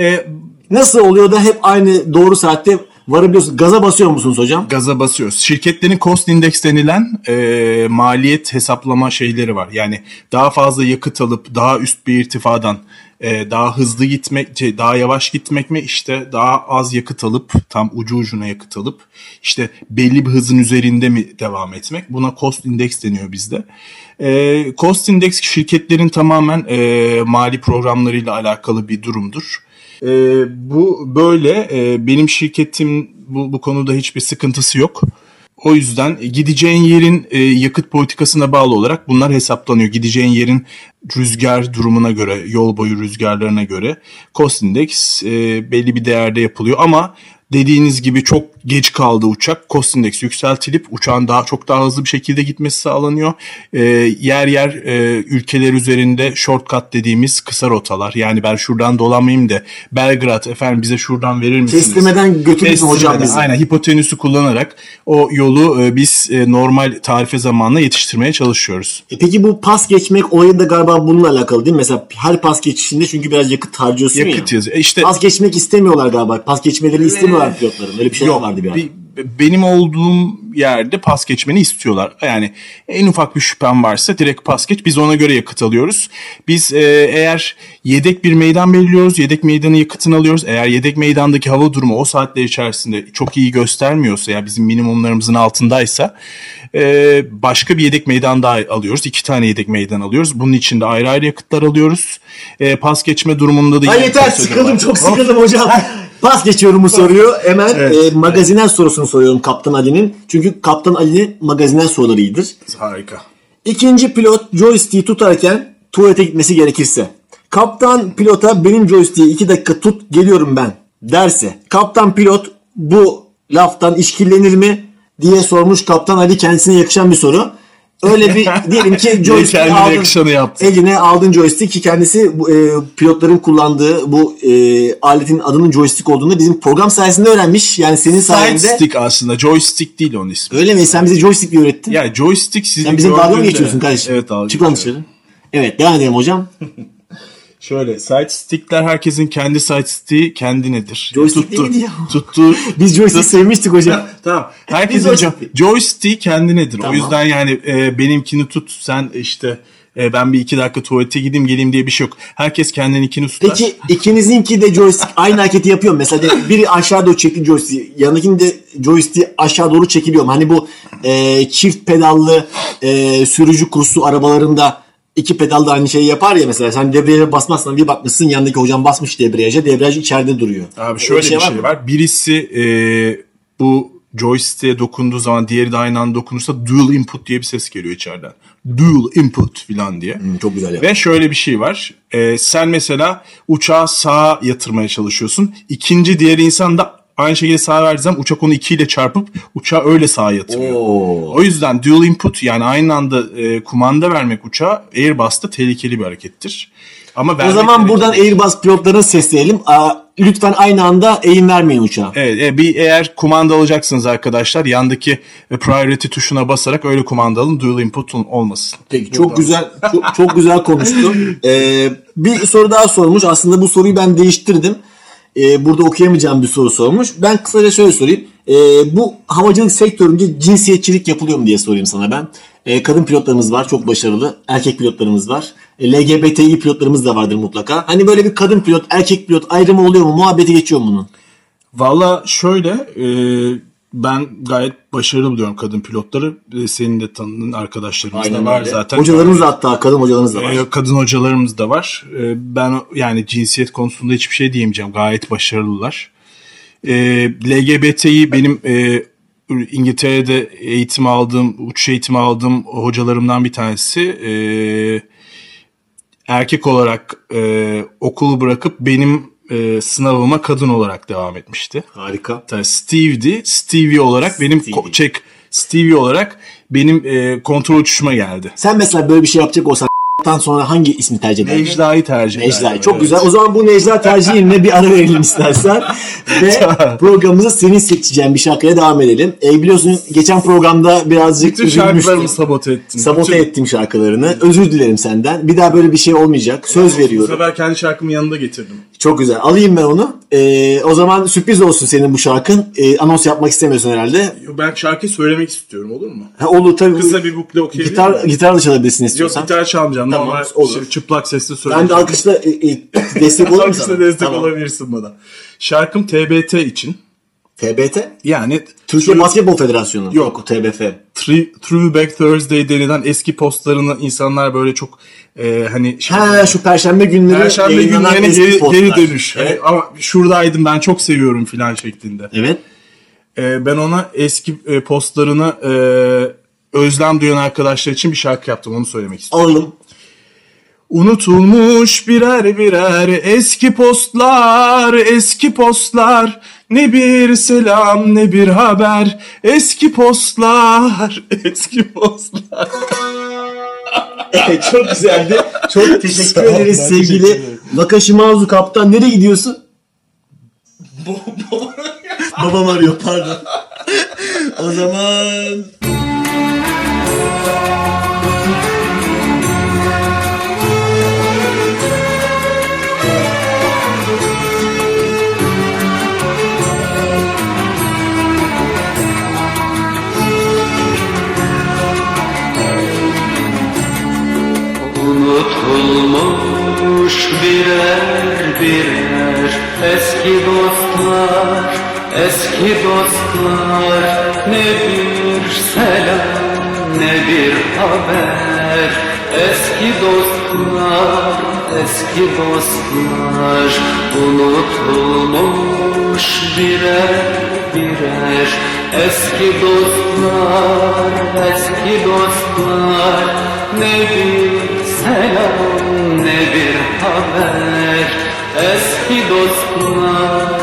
Nasıl oluyor da hep aynı doğru saatte varabiliyorsun? Gaza basıyor musunuz hocam? Gaza basıyoruz. Şirketlerin cost index denilen maliyet hesaplama şeyleri var. Yani daha fazla yakıt alıp daha üst bir irtifadan daha hızlı gitmek, daha yavaş gitmek mi, işte daha az yakıt alıp tam ucu ucuna yakıt alıp işte belli bir hızın üzerinde mi devam etmek? Buna cost index deniyor bizde. Cost index şirketlerin tamamen mali programlarıyla alakalı bir durumdur. Bu böyle. Benim şirketim bu konuda hiçbir sıkıntısı yok. O yüzden gideceğin yerin yakıt politikasına bağlı olarak bunlar hesaplanıyor. Gideceğin yerin rüzgar durumuna göre, yol boyu rüzgarlarına göre cost index belli bir değerde yapılıyor. Ama dediğiniz gibi çok geç kaldı uçak. Cost index yükseltilip uçağın çok daha hızlı bir şekilde gitmesi sağlanıyor. Yer yer ülkeler üzerinde shortcut dediğimiz kısa rotalar. Yani ben şuradan dolanmayayım da Belgrad efendim bize şuradan verir misiniz? Teslimeden götürürsün hocam bizi. Aynen, hipotenüsü kullanarak o yolu biz normal tarife zamanla yetiştirmeye çalışıyoruz. Peki bu pas geçmek olayı da galiba bununla alakalı değil mi? Mesela her pas geçişinde çünkü biraz yakıt harcıyorsun Yakıt ya. yazıyor. İşte pas geçmek istemiyorlar galiba. Pas geçmelerini istemiyorlar pilotların. Öyle bir şey vardı bir ara. Benim olduğum yerde pas geçmeni istiyorlar. Yani en ufak bir şüphem varsa direkt pas geç. Biz ona göre yakıt alıyoruz. Biz eğer yedek bir meydan belirliyoruz. Yedek meydanı yakıtını alıyoruz. Eğer yedek meydandaki hava durumu o saatler içerisinde çok iyi göstermiyorsa ya bizim minimumlarımızın altındaysa başka bir yedek meydan daha alıyoruz. 2 tane yedek meydan alıyoruz. Bunun için de ayrı ayrı yakıtlar alıyoruz. Pas geçme durumunda da... Yeter, sıkıldım, çok sıkıldım hocam. Pas geçiyorum bu soruyu. Hemen Evet, magazinel sorusunu soruyorum Kaptan Ali'nin. Çünkü Kaptan Ali'nin magazinel soruları iyidir. Harika. İkinci pilot joystick'i tutarken tuvalete gitmesi gerekirse, kaptan pilota benim joystick'i 2 dakika tut geliyorum ben derse, kaptan pilot bu laftan işkillenir mi diye sormuş Kaptan Ali, kendisine yakışan bir soru. Öyle bir diyelim ki joystick'i aldın, eline aldın joystick ki kendisi pilotların kullandığı bu aletin adının joystick olduğunu bizim program sayesinde öğrenmiş. Yani senin sayende. Stick aslında, joystick değil onun ismi. Öyle mi? Sen bize joystick mi öğrettin? Ya joystick sizin sen bizim dalga mı geçiyorsun kardeşim? Evet, dalga çık lan dışarı. Evet, devam edelim hocam. Şöyle sightstick'ler herkesin kendi sightstick'i kendinedir. Joystick değil miydi ya? Tuttu. Biz joystick sevmiştik hocam. Tamam. Herkesin joystick'i kendinedir. Tamam. O yüzden yani benimkini tut, sen işte ben bir 2 dakika tuvalete gideyim geleyim diye bir şey yok. Herkes kendininkini tutar. Peki ikinizinki de joystick aynı hareketi yapıyor mu? Mesela biri aşağı doğru çekti joystick, yanındakinin de joystick aşağı doğru çekiliyor mu? Hani bu çift pedallı sürücü kursu arabalarında 2 pedal da aynı şeyi yapar ya mesela. Sen debriyaja basmazsan bir bakmışsın yanındaki hocam basmış debriyaja. Debriyaj içeride duruyor. Abi şöyle bir şey var. Birisi bu joystick'e dokunduğu zaman diğeri de aynı anda dokunursa dual input diye bir ses geliyor içeriden. Dual input falan diye. Çok güzel ya. Ve şöyle bir şey var. Sen mesela uçağı sağa yatırmaya çalışıyorsun. İkinci diğer insan da aynı şekilde sağa verdiği zaman uçak onu 2 ile çarpıp uçağı öyle sağa yatırıyor. O yüzden dual input yani aynı anda kumanda vermek uçağa Airbus'ta tehlikeli bir harekettir. Ama o zaman buradan Airbus pilotlarına seslenelim. Lütfen aynı anda eğim vermeyin uçağa. Evet, eğer kumanda alacaksınız arkadaşlar yandaki priority tuşuna basarak öyle kumanda alın, dual input olmasın. Peki çok güzel çok güzel konuştun. Bir soru daha sormuş. Aslında bu soruyu ben değiştirdim. Burada okuyamayacağım bir soru sormuş. Ben kısaca şöyle sorayım. Bu havacılık sektöründe cinsiyetçilik yapılıyor mu diye sorayım sana ben. Kadın pilotlarımız var, çok başarılı. Erkek pilotlarımız var. LGBTİ pilotlarımız da vardır mutlaka. Hani böyle bir kadın pilot, erkek pilot ayrımı oluyor mu? Muhabbeti geçiyor mu bunun? Valla şöyle, ben gayet başarılı buluyorum kadın pilotları. Senin de tanıdığın arkadaşlarımız da var zaten. Hocalarımız da hatta, kadın hocalarımız da var. Kadın hocalarımız da var. Ben yani cinsiyet konusunda hiçbir şey diyemeyeceğim. Gayet başarılılar. LGBT'yi benim İngiltere'de eğitim aldığım, uçuş eğitimi aldığım hocalarımdan bir tanesi erkek olarak okulu bırakıp benim sınavıma kadın olarak devam etmişti. Harika. Tabii Steve'di. Stevie olarak benim Stevie olarak benim kontrol uçuşuma geldi. Sen mesela böyle bir şey yapacak olsan sonra hangi ismi tercih ederdin? Necla'yı tercih ederdim. Necla. Çok güzel. O zaman bu Necla tercihine bir ara verelim istersen. Ve programımızı senin seçeceğin bir şarkıya devam edelim. Biliyorsun geçen programda birazcık bütün şarkılarımı sabote ettim. Sabote ettim şarkılarını. Özür dilerim senden. Bir daha böyle bir şey olmayacak. Söz veriyorum. Bu sefer kendi şarkımı yanında getirdim. Çok güzel. Alayım ben onu. O zaman sürpriz olsun senin bu şarkın. Anons yapmak istemiyorsun herhalde. Ben şarkıyı söylemek istiyorum, olur mu? Olur tabii. Kısa bir bukle okuyabilir miyim? Gitarla çalabilirsin istiyorsan. Yok, gitar çalmayacağım. Tamam, normal olur. Çıplak sesle söyleyeceğim. Ben de alkışla destek olur musun? Alkışla destek olabilirsin bana. Şarkım TBT için. TBT? Yani Türkiye Basketbol Federasyonu. Yok. TBF. Throwback Thursday denilen eski postlarını insanlar böyle çok hani... Şu Perşembe günlerine geri dönüş. Evet. Ama şuradaydım ben çok seviyorum filan şeklinde. Evet. Ben ona eski postlarını özlem duyan arkadaşlar için bir şarkı yaptım. Onu söylemek istiyorum. Alalım. Unutulmuş birer birer eski postlar, ne bir selam ne bir haber, eski postlar. Çok güzeldi. Çok teşekkür ederiz sevgili Vakashimazu kaptan. Nereye gidiyorsun? Babam arıyor, pardon. O zaman... Unutulmuş birer birer eski dostlar, ne bir selam ne bir haber. Eski dostlar, unutulmuş birer birer eski dostlar, ne bir selam ne bir haber. Eski dostlar.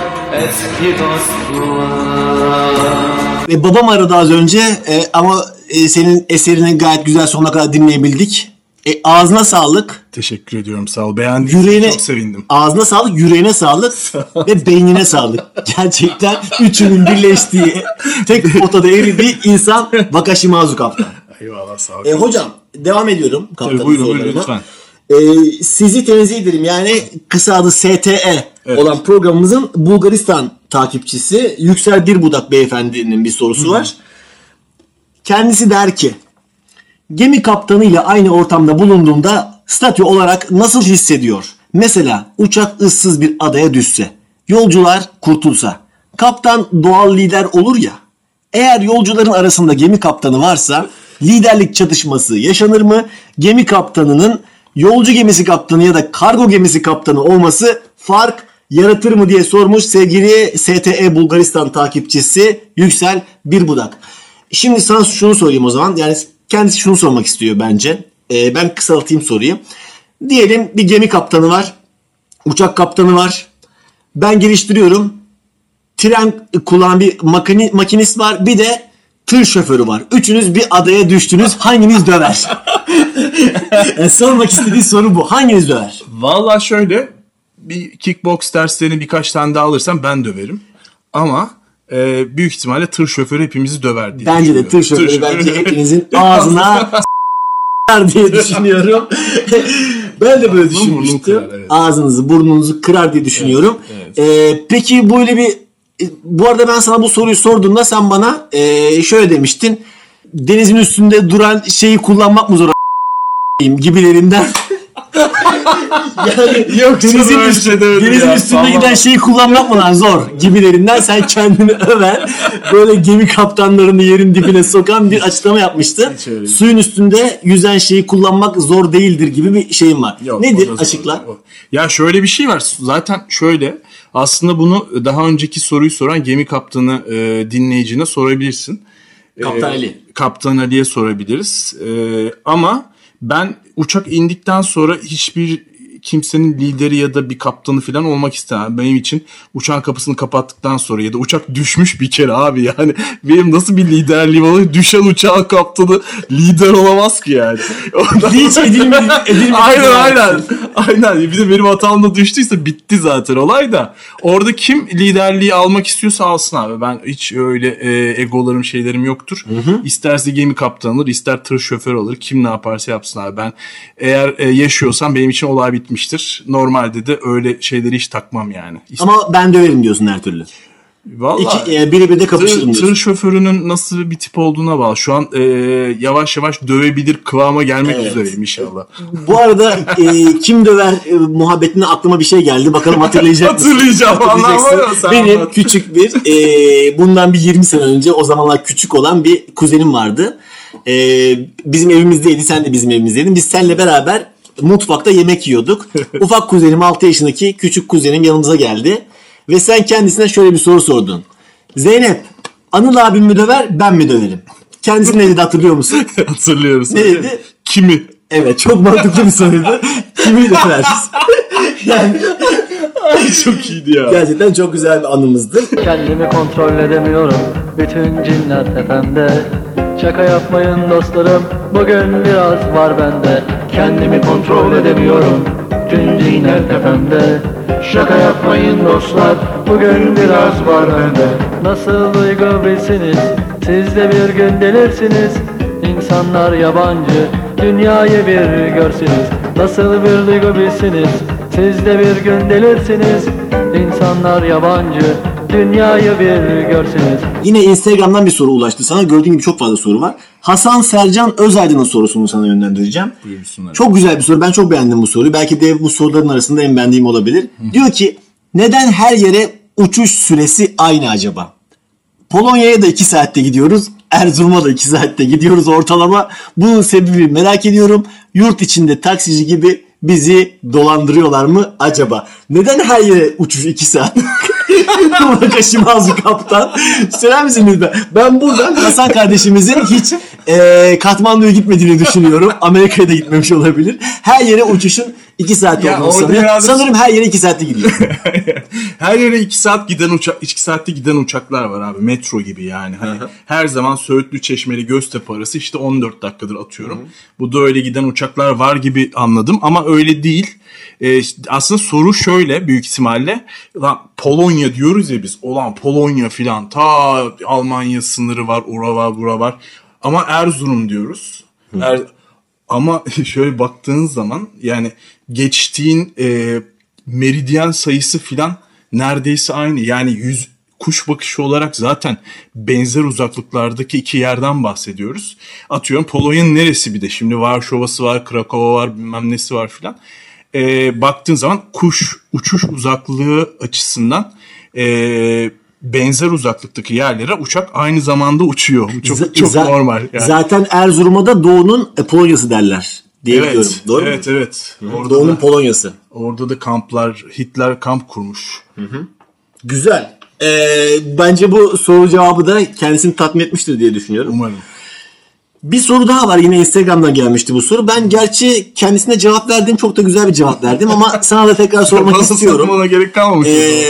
Ve babam aradı az önce ama senin eserini gayet güzel sonuna kadar dinleyebildik. Ağzına sağlık. Teşekkür ediyorum, sağ ol. Beğendiğiniz çok sevindim. Ağzına sağlık, yüreğine sağlık ve beynine sağlık. Gerçekten üçünün birleştiği, tek potada eridiği insan Vakashimazu kaptan. Eyvallah, sağ ol. Hocam devam ediyorum. Tabii, buyurun lütfen. Sizi tenzih ederim. Yani kısa adı STE olan programımızın Bulgaristan takipçisi Yüksel Birbudak beyefendinin bir sorusu var. Kendisi der ki, gemi kaptanı ile aynı ortamda bulunduğunda statü olarak nasıl hissediyor? Mesela uçak ıssız bir adaya düşse, yolcular kurtulsa, kaptan doğal lider olur ya. Eğer yolcuların arasında gemi kaptanı varsa liderlik çatışması yaşanır mı? Gemi kaptanının yolcu gemisi kaptanı ya da kargo gemisi kaptanı olması fark yaratır mı diye sormuş sevgili STE Bulgaristan takipçisi Yüksel Birbudak. Şimdi sana şunu sorayım o zaman. Yani kendisi şunu sormak istiyor bence. Ben kısaltayım soruyu. Diyelim bir gemi kaptanı var. Uçak kaptanı var. Ben geliştiriyorum. Tren kullanan bir makinist var. Bir de tır şoförü var. Üçünüz bir adaya düştünüz. Hanginiz döver? Sormak istediği soru bu. Hanginiz döver? Valla şöyle, bir kickbox derslerini birkaç tane daha alırsam ben döverim. Ama büyük ihtimalle tır şoförü hepimizi döver diye bence de tır şoförü bence hepinizin ağzına diye düşünüyorum. Ben de böyle düşünmüştüm. Kırar, evet. Ağzınızı, burnunuzu kırar diye düşünüyorum. Evet. Peki böyle bir... Bu arada ben sana bu soruyu sorduğumda sen bana şöyle demiştin. Denizin üstünde duran şeyi kullanmak mı zor gibilerinden. Yani yok, denizin üstünde giden şeyi kullanmak mı lan zor gibilerinden sen kendini öven, böyle gemi kaptanlarını yerin dibine sokan bir açıklama yapmıştın. Suyun üstünde yüzen şeyi kullanmak zor değildir gibi bir şeyim var. Yok, nedir? Açıkla. Ya şöyle bir şey var. Zaten şöyle, aslında bunu daha önceki soruyu soran gemi kaptanı dinleyicine sorabilirsin. Kaptan Ali. Kaptan Ali'ye sorabiliriz. Ama ben uçak indikten sonra hiçbir kimsenin lideri ya da bir kaptanı falan olmak istemem. Benim için uçağın kapısını kapattıktan sonra ya da uçak düşmüş bir kere abi, yani benim nasıl bir liderliğim olur? Düşen uçağın kaptanı lider olamaz ki yani. Hiç edilmedi. Aynen. Bir de benim hatamda düştüyse bitti zaten olay da. Orada kim liderliği almak istiyorsa alsın abi. Ben hiç öyle egolarım şeylerim yoktur. Hı. İsterse gemi kaptanı alır, ister tır şoförü alır. Kim ne yaparsa yapsın abi. Ben eğer yaşıyorsam benim için olay bitmiştir. Normalde de öyle şeyleri hiç takmam yani. Ama ben döverim diyorsun her türlü. Vallahi biri bir de kapışırım diyorsun. Tır şoförünün nasıl bir tip olduğuna bağlı. Şu an yavaş yavaş dövebilir kıvama gelmek üzereyim inşallah. Bu arada kim döver muhabbetine aklıma bir şey geldi. Bakalım hatırlayacak mısın? Hatırlayacağım. Benim küçük bir bundan bir 20 sene önce, o zamanlar küçük olan bir kuzenim vardı. Bizim evimizdeydi. Sen de bizim evimizdeydin. Biz seninle beraber mutfakta yemek yiyorduk. Ufak kuzenim, 6 yaşındaki küçük kuzenim yanımıza geldi. Ve sen kendisine şöyle bir soru sordun. Zeynep, Anıl abim mi döver, ben mi döverim? Kendisi ne dedi, hatırlıyor musun? Hatırlıyoruz. Ne dedi? Kimi? Evet, çok mantıklı bir soruydu. Kimi döveriz? Yani çok iyiydi ya. Gerçekten çok güzel bir anımızdı. Kendimi kontrol edemiyorum. Bütün cinler tepemde. Şaka yapmayın dostlarım. Bugün biraz var bende. Kendimi kontrol edemiyorum. Bütün cinler tepemde. Şaka yapmayın dostlar. Bugün biraz var bende. Nasıl duygu bilsiniz, siz de bir gün delirsiniz. İnsanlar yabancı, dünyayı bir görsünüz. Nasıl bir duygu bilsiniz, siz de bir gün delirsiniz. İnsanlar yabancı, dünyayı bir görsünüz. Yine Instagram'dan bir soru ulaştı sana. Gördüğün gibi çok fazla soru var. Hasan Sercan Özaydın'ın sorusunu sana yönlendireceğim. Buyursunlar. Çok güzel bir soru. Ben çok beğendim bu soruyu. Belki de bu soruların arasında en beğendiğim olabilir. Diyor ki, neden her yere uçuş süresi aynı acaba? Polonya'ya da 2 saatte gidiyoruz. Erzurum'a da 2 saatte gidiyoruz ortalama. Bunun sebebi merak ediyorum. Yurt içinde taksici gibi bizi dolandırıyorlar mı acaba? Neden her yere uçuş 2 saat? Wakaşimazu kaptan. Söyler misin lütfen? Ben buradan Hasan kardeşimizin hiç Katmandu'ya gitmediğini düşünüyorum. Amerika'ya da gitmemiş olabilir. Her yere uçuşun 2 saat olduğunu sanıyorum. Sanırım her yere 2 saatte gidiyor. Her yere 2 saatte giden uçaklar var abi. Metro gibi yani. Hani her zaman Söğütlü, Çeşmeli, Göztepe arası işte 14 dakikadır atıyorum. Bu da öyle giden uçaklar var gibi anladım ama öyle değil. Aslında soru şöyle büyük ihtimalle. Lan Polonya diyoruz ya biz. Olan Polonya filan. Ta Almanya sınırı var. Ora var, bura var. Ama Erzurum diyoruz. Ama şöyle baktığın zaman yani geçtiğin meridyen sayısı filan neredeyse aynı. Yani kuş bakışı olarak zaten benzer uzaklıklardaki iki yerden bahsediyoruz. Atıyorum Polonya'nın neresi bir de? Şimdi Varşova'sı var, Krakow'a var, bilmem nesi var filan. Baktığın zaman uçuş uzaklığı açısından benzer uzaklıktaki yerlere uçak aynı zamanda uçuyor. Çok normal. Yani. Zaten Erzurum'a da Doğu'nun Polonya'sı derler diye biliyorum. Doğru mu? Evet. Doğu'nun Polonya'sı. Orada da kamplar, Hitler kamp kurmuş. Hı. Güzel. Bence bu soru cevabı da kendisini tatmin etmiştir diye düşünüyorum. Umarım. Bir soru daha var. Yine Instagram'dan gelmişti bu soru. Ben gerçi kendisine cevap verdim. Çok da güzel bir cevap verdim ama sana da tekrar sormak istiyorum. Ona gerek kalmamış.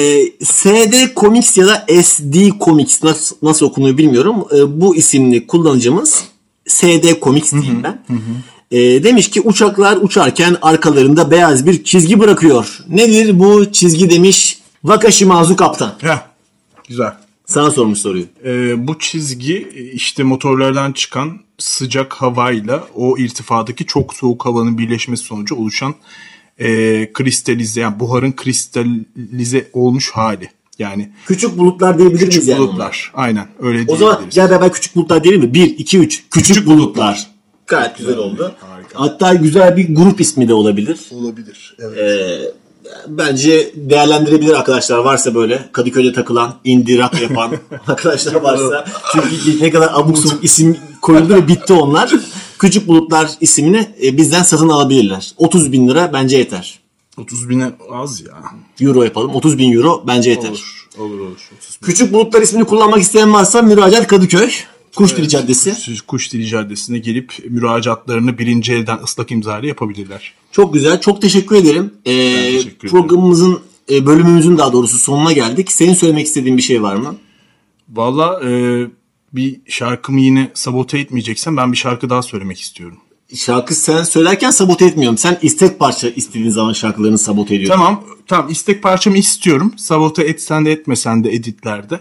SD Comics ya da SD Comics nasıl okunuyor bilmiyorum. Bu isimli kullanıcımız SD Comics diyeyim ben. Demiş ki uçaklar uçarken arkalarında beyaz bir çizgi bırakıyor. Nedir bu çizgi demiş Wakashimazu kaptan. Güzel. Sana sormuş soruyu. Bu çizgi işte motorlardan çıkan sıcak havayla o irtifadaki çok soğuk havanın birleşmesi sonucu oluşan kristalize, yani buharın kristalize olmuş hali. Yani küçük bulutlar diyebilir miyiz? Küçük bulutlar. Aynen öyle diyebiliriz. O zaman gel beraber küçük bulutlar diyelim mi? 1, 2, 3. Küçük bulutlar. Gayet güzel oldu. Harika. Hatta güzel bir grup ismi de olabilir. Olabilir. Evet. Bence değerlendirebilir arkadaşlar, varsa böyle Kadıköy'de takılan, indie rock yapan arkadaşlar varsa. Çünkü ne kadar abuk sabuk isim koyuldu ve bitti onlar. Küçük Bulutlar ismini bizden satın alabilirler. 30.000 lira bence yeter. 30.000'e az ya. Euro yapalım. 30.000 euro bence yeter. Olur. Küçük Bulutlar ismini kullanmak isteyen varsa müracaat Kadıköy. Kuşdili Caddesi. Kuşdili Caddesi'ne gelip müracaatlarını birinci elden ıslak imzayla yapabilirler. Çok güzel. Çok teşekkür ederim. Programımızın, bölümümüzün daha doğrusu sonuna geldik. Senin söylemek istediğin bir şey var mı? Valla bir şarkımı yine sabote etmeyeceksen ben bir şarkı daha söylemek istiyorum. Şarkı sen söylerken sabote etmiyorum. Sen istek parça istediğin zaman şarkılarını sabote ediyorsun. Tamam. İstek parçamı istiyorum. Sabote etsen de etmesen de editlerde.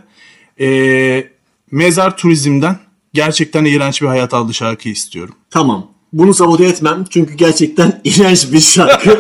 Mezar Turizm'den Gerçekten İğrenç Bir Hayat adlı şarkıyı istiyorum. Tamam. Bunu sabote etmem. Çünkü gerçekten iğrenç bir şarkı.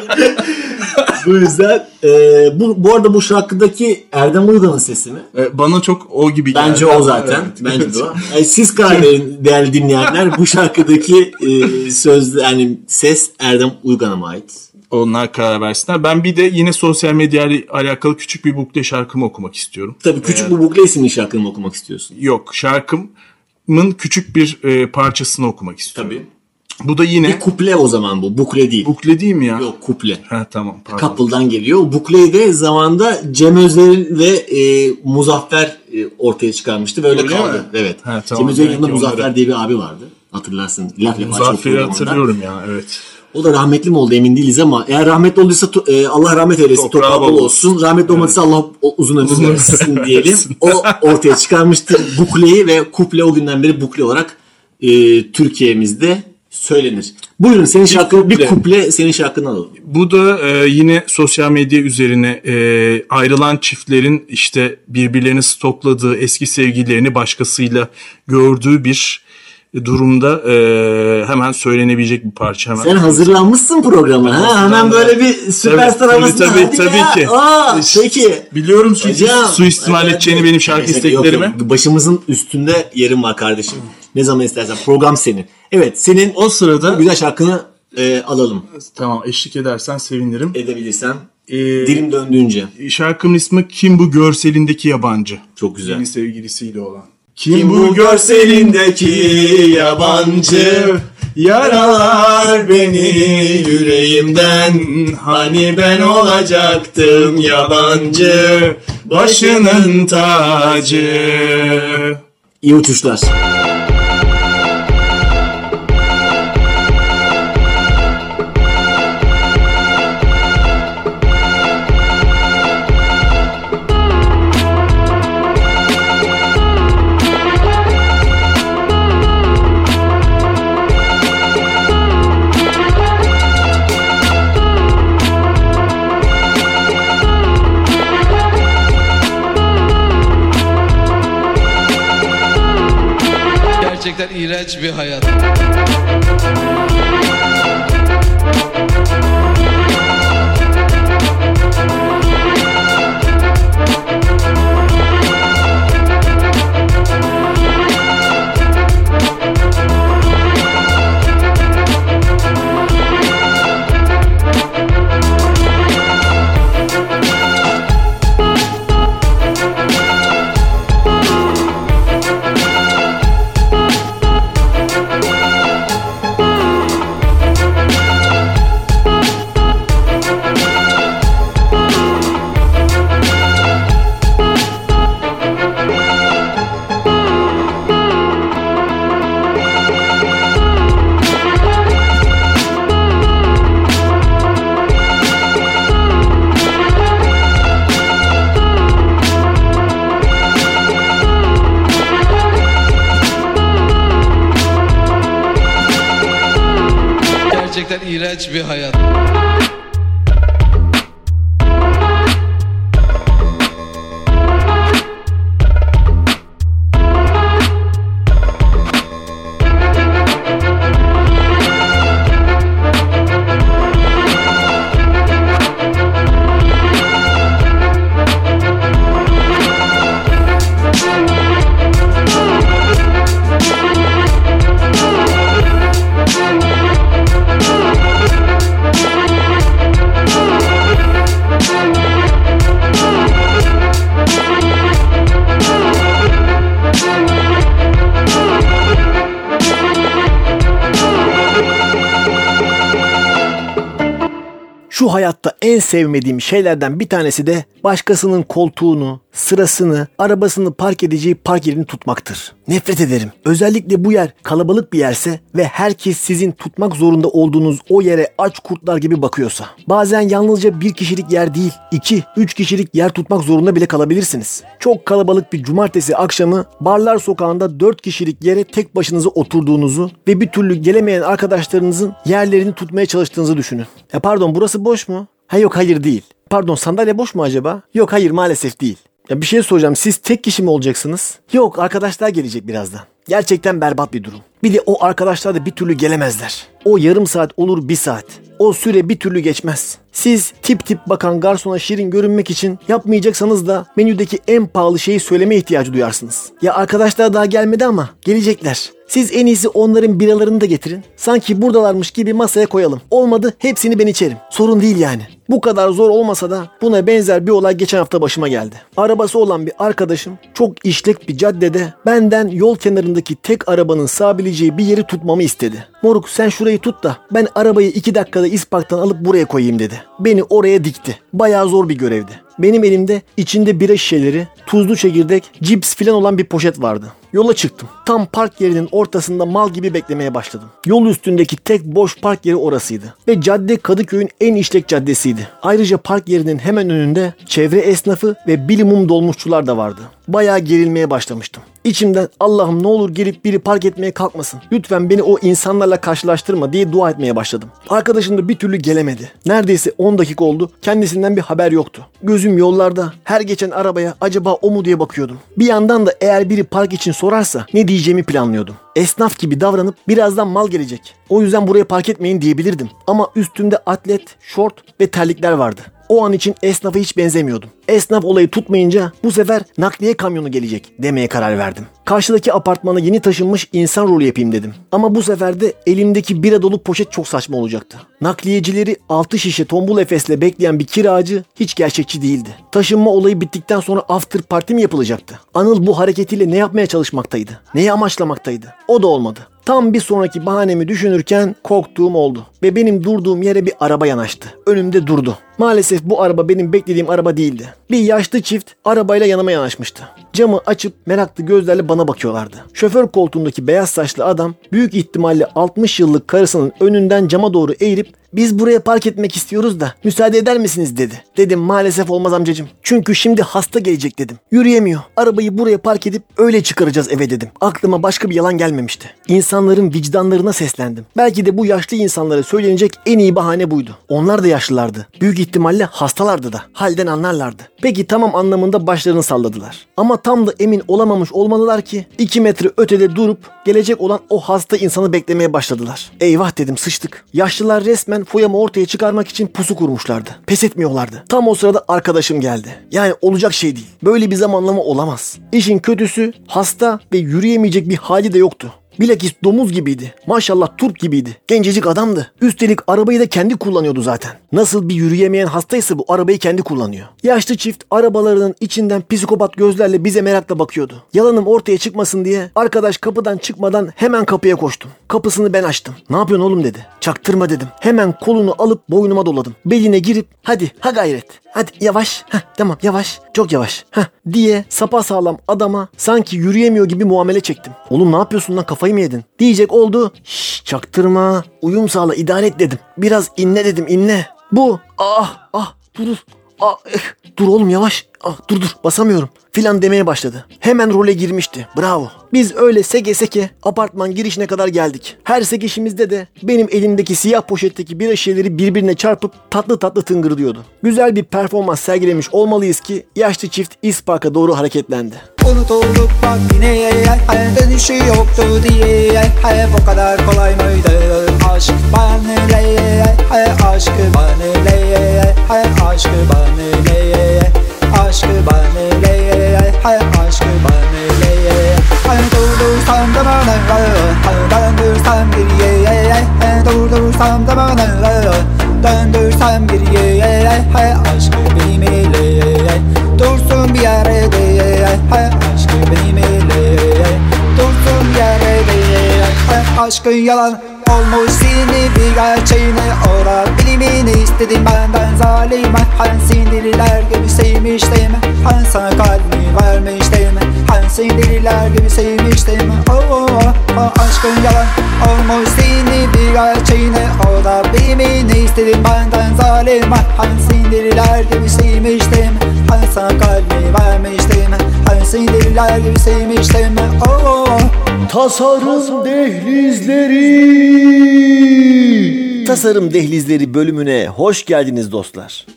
Bu yüzden bu arada bu şarkıdaki Erdem Uygan'ın sesi mi? Bana çok o gibi geldi. Bence o zaten. Evet. Bence de o. Siz karar verin değerli dinleyenler. Bu şarkıdaki söz, yani ses Erdem Uygan'a mı ait? Onlar karar versinler. Ben bir de yine sosyal medya ile alakalı küçük bir bukle şarkımı okumak istiyorum. Tabii küçük bir bukle isimli şarkını mı okumak istiyorsun? Yok, şarkımın küçük bir parçasını okumak istiyorum. Tabii. Bu da yine... Bir kuple o zaman bu. Bukle değil. Bukle değil mi ya? Yok, kuple. Tamam. Pardon. Couple'dan geliyor. Bukleyi de zamanında Cem Özer'in ve Muzaffer ortaya çıkarmıştı. Böyle öyle kaldı. Mi? Evet. Tamam. Cem Özer'in yanında Muzaffer diye bir abi vardı. Hatırlarsın. Muzaffer'i hatırlıyorum ya, evet. O da rahmetli mi oldu emin değiliz ama eğer rahmetli olduysa Allah rahmet eylesin, toprağı bol olsun. Rahmetli olmadıysa Allah uzun ömür versin diyelim. O ortaya çıkarmıştır bukleyi ve kuple o günden beri bukle olarak Türkiye'mizde söylenir. Buyurun senin şarkını, bir kuple senin şarkını alalım. Bu da yine sosyal medya üzerine ayrılan çiftlerin işte birbirlerini stokladığı eski sevgililerini başkasıyla gördüğü bir durumda hemen söylenebilecek bir parça. Hemen. Sen hazırlanmışsın programa. Hemen böyle bir süperstar havasına. Tabii ki. Peki. Biliyorum çünkü suistimal edeceğini benim şarkı isteklerime. Yok. Başımızın üstünde yerim var kardeşim. Ne zaman istersen. Program senin. Evet, senin o sırada güzel şarkını alalım. Tamam, eşlik edersen sevinirim. Edebilirsen. Dilim döndüğünce. Şarkımın ismi Kim Bu Görselindeki Yabancı. Çok güzel. Yeni sevgilisiyle olan. Kim bu görselindeki yabancı, yaralar beni yüreğimden. Hani ben olacaktım yabancı, başının tacı. İyi uçuşlar. Gerçekten iğrenç bir hayat. Gerçekten iğrenç bir hayat. Şu hayatta en sevmediğim şeylerden bir tanesi de başkasının koltuğunu, sırasını, arabasını park edeceği park yerini tutmaktır. Nefret ederim. Özellikle bu yer kalabalık bir yerse ve herkes sizin tutmak zorunda olduğunuz o yere aç kurtlar gibi bakıyorsa. Bazen yalnızca bir kişilik yer değil, 2, 3 kişilik yer tutmak zorunda bile kalabilirsiniz. Çok kalabalık bir cumartesi akşamı Barlar Sokağı'nda 4 kişilik yere tek başınıza oturduğunuzu ve bir türlü gelemeyen arkadaşlarınızın yerlerini tutmaya çalıştığınızı düşünün. Pardon, burası boş mu? Yok, hayır değil. Pardon, sandalye boş mu acaba? Yok, hayır, maalesef değil. Bir şey soracağım, siz tek kişi mi olacaksınız? Yok, arkadaşlar gelecek birazdan. Gerçekten berbat bir durum. Bir de o arkadaşlar da bir türlü gelemezler. O yarım saat olur 1 saat. O süre bir türlü geçmez. Siz tip tip bakan garsona şirin görünmek için yapmayacaksanız da menüdeki en pahalı şeyi söyleme ihtiyacı duyarsınız. Ya arkadaşlar daha gelmedi ama gelecekler. Siz en iyisi onların biralarını da getirin. Sanki buradalarmış gibi masaya koyalım. Olmadı hepsini ben içerim. Sorun değil yani. Bu kadar zor olmasa da buna benzer bir olay geçen hafta başıma geldi. Arabası olan bir arkadaşım çok işlek bir caddede benden yol kenarındaki tek arabanın sığabileceği bir yeri tutmamı istedi. Moruk sen şurayı tut da ben arabayı 2 dakikada isparktan alıp buraya koyayım dedi. Beni oraya dikti. Bayağı zor bir görevdi. Benim elimde içinde bira şişeleri, tuzlu çekirdek, cips filan olan bir poşet vardı. Yola çıktım. Tam park yerinin ortasında mal gibi beklemeye başladım. Yol üstündeki tek boş park yeri orasıydı. Ve cadde Kadıköy'ün en işlek caddesiydi. Ayrıca park yerinin hemen önünde çevre esnafı ve bilimum dolmuşçular da vardı. Bayağı gerilmeye başlamıştım. İçimden Allah'ım ne olur gelip biri park etmeye kalkmasın. Lütfen beni o insanlarla karşılaştırma diye dua etmeye başladım. Arkadaşım da bir türlü gelemedi. Neredeyse 10 dakika oldu. Kendisinden bir haber yoktu. Gözüm yollarda. Her geçen arabaya acaba o mu diye bakıyordum. Bir yandan da eğer biri park için sorarsa ne diyeceğimi planlıyordum. Esnaf gibi davranıp birazdan mal gelecek. O yüzden buraya park etmeyin diyebilirdim. Ama üstümde atlet, şort ve terlikler vardı. O an için esnafa hiç benzemiyordum. Esnaf olayı tutmayınca bu sefer nakliye kamyonu gelecek demeye karar verdim. Karşıdaki apartmana yeni taşınmış insan rolü yapayım dedim. Ama bu sefer de elimdeki bira dolu poşet çok saçma olacaktı. Nakliyecileri 6 şişe tombul efesle bekleyen bir kiracı hiç gerçekçi değildi. Taşınma olayı bittikten sonra after party mi yapılacaktı? Anıl bu hareketiyle ne yapmaya çalışmaktaydı? Neyi amaçlamaktaydı? O da olmadı. Tam bir sonraki bahanemi düşünürken korktuğum oldu ve benim durduğum yere bir araba yanaştı. Önümde durdu. Maalesef bu araba benim beklediğim araba değildi. Bir yaşlı çift arabayla yanıma yanaşmıştı. Camı açıp meraklı gözlerle bana bakıyorlardı. Şoför koltuğundaki beyaz saçlı adam büyük ihtimalle 60 yıllık karısının önünden cama doğru eğilip "Biz buraya park etmek istiyoruz da müsaade eder misiniz?" dedi. Dedim maalesef olmaz amcacığım. Çünkü şimdi hasta gelecek dedim. Yürüyemiyor. Arabayı buraya park edip öyle çıkaracağız eve dedim. Aklıma başka bir yalan gelmemişti. İnsanların vicdanlarına seslendim. Belki de bu yaşlı insanlara söylenecek en iyi bahane buydu. Onlar da yaşlılardı. Büyük ihtimalle hastalardı da. Halden anlarlardı. Peki tamam anlamında başlarını salladılar. Ama tam da emin olamamış olmalılar ki 2 metre ötede durup gelecek olan o hasta insanı beklemeye başladılar. Eyvah dedim, sıçtık. Yaşlılar resmen foyamı ortaya çıkarmak için pusu kurmuşlardı. Pes etmiyorlardı. Tam o sırada arkadaşım geldi. Yani olacak şey değil. Böyle bir zamanlama olamaz. İşin kötüsü hasta ve yürüyemeyecek bir hali de yoktu. Bilakis domuz gibiydi. Maşallah turp gibiydi. Gencecik adamdı. Üstelik arabayı da kendi kullanıyordu zaten. Nasıl bir yürüyemeyen hastaysa bu arabayı kendi kullanıyor. Yaşlı çift arabalarının içinden psikopat gözlerle bize merakla bakıyordu. Yalanım ortaya çıkmasın diye arkadaş kapıdan çıkmadan hemen kapıya koştum. Kapısını ben açtım. "Ne yapıyorsun oğlum?" dedi. "Çaktırma" dedim. Hemen kolunu alıp boynuma doladım. Beline girip "Hadi ha gayret. Hadi yavaş. Tamam yavaş. Çok yavaş. Diye sapasağlam adama sanki yürüyemiyor gibi muamele çektim. "Oğlum ne yapıyorsun lan, kafayı mı yedin?" Diyecek oldu. Çaktırma. Uyum sağla, idare et dedim. Biraz inle dedim, inle. Bu. Dur. Dur oğlum yavaş. dur basamıyorum filan demeye başladı. Hemen role girmişti. Bravo. Biz öyle seke seke apartman girişine kadar geldik. Her sekişimizde de benim elimdeki siyah poşetteki bira şişeleri birbirine çarpıp tatlı tatlı tıngırdıyordu. Güzel bir performans sergilemiş olmalıyız ki yaşlı çift İspark'a doğru hareketlendi. Unutulduk bak yine dönüşü yoktu diye bu kadar kolay mıydı aşk bana aşkı bana aşkı bana aşkı bana aşkı bana durdursam da bana döndürsem geriye durdursam da bana döndürsem geriye aşkı benimle dursun bir yerde aşkı benimle dursun bir yerde aşkın yalan olmuş seni bir gerçeğine ora bilimini istedim benden zalime Hansin deliler gibi sevmiştim sana kalbimi vermiştim Hansin deliler gibi sevmiştim aşkın yalan olmuş seni bir gerçeğine ora bilimini istedim benden zalime Hansin deliler gibi sevmiştim sana kalbimi vermiştim Hansin deliler gibi sevmiştim Tasarım Dehlizleri. Tasarım Dehlizleri bölümüne hoş geldiniz dostlar.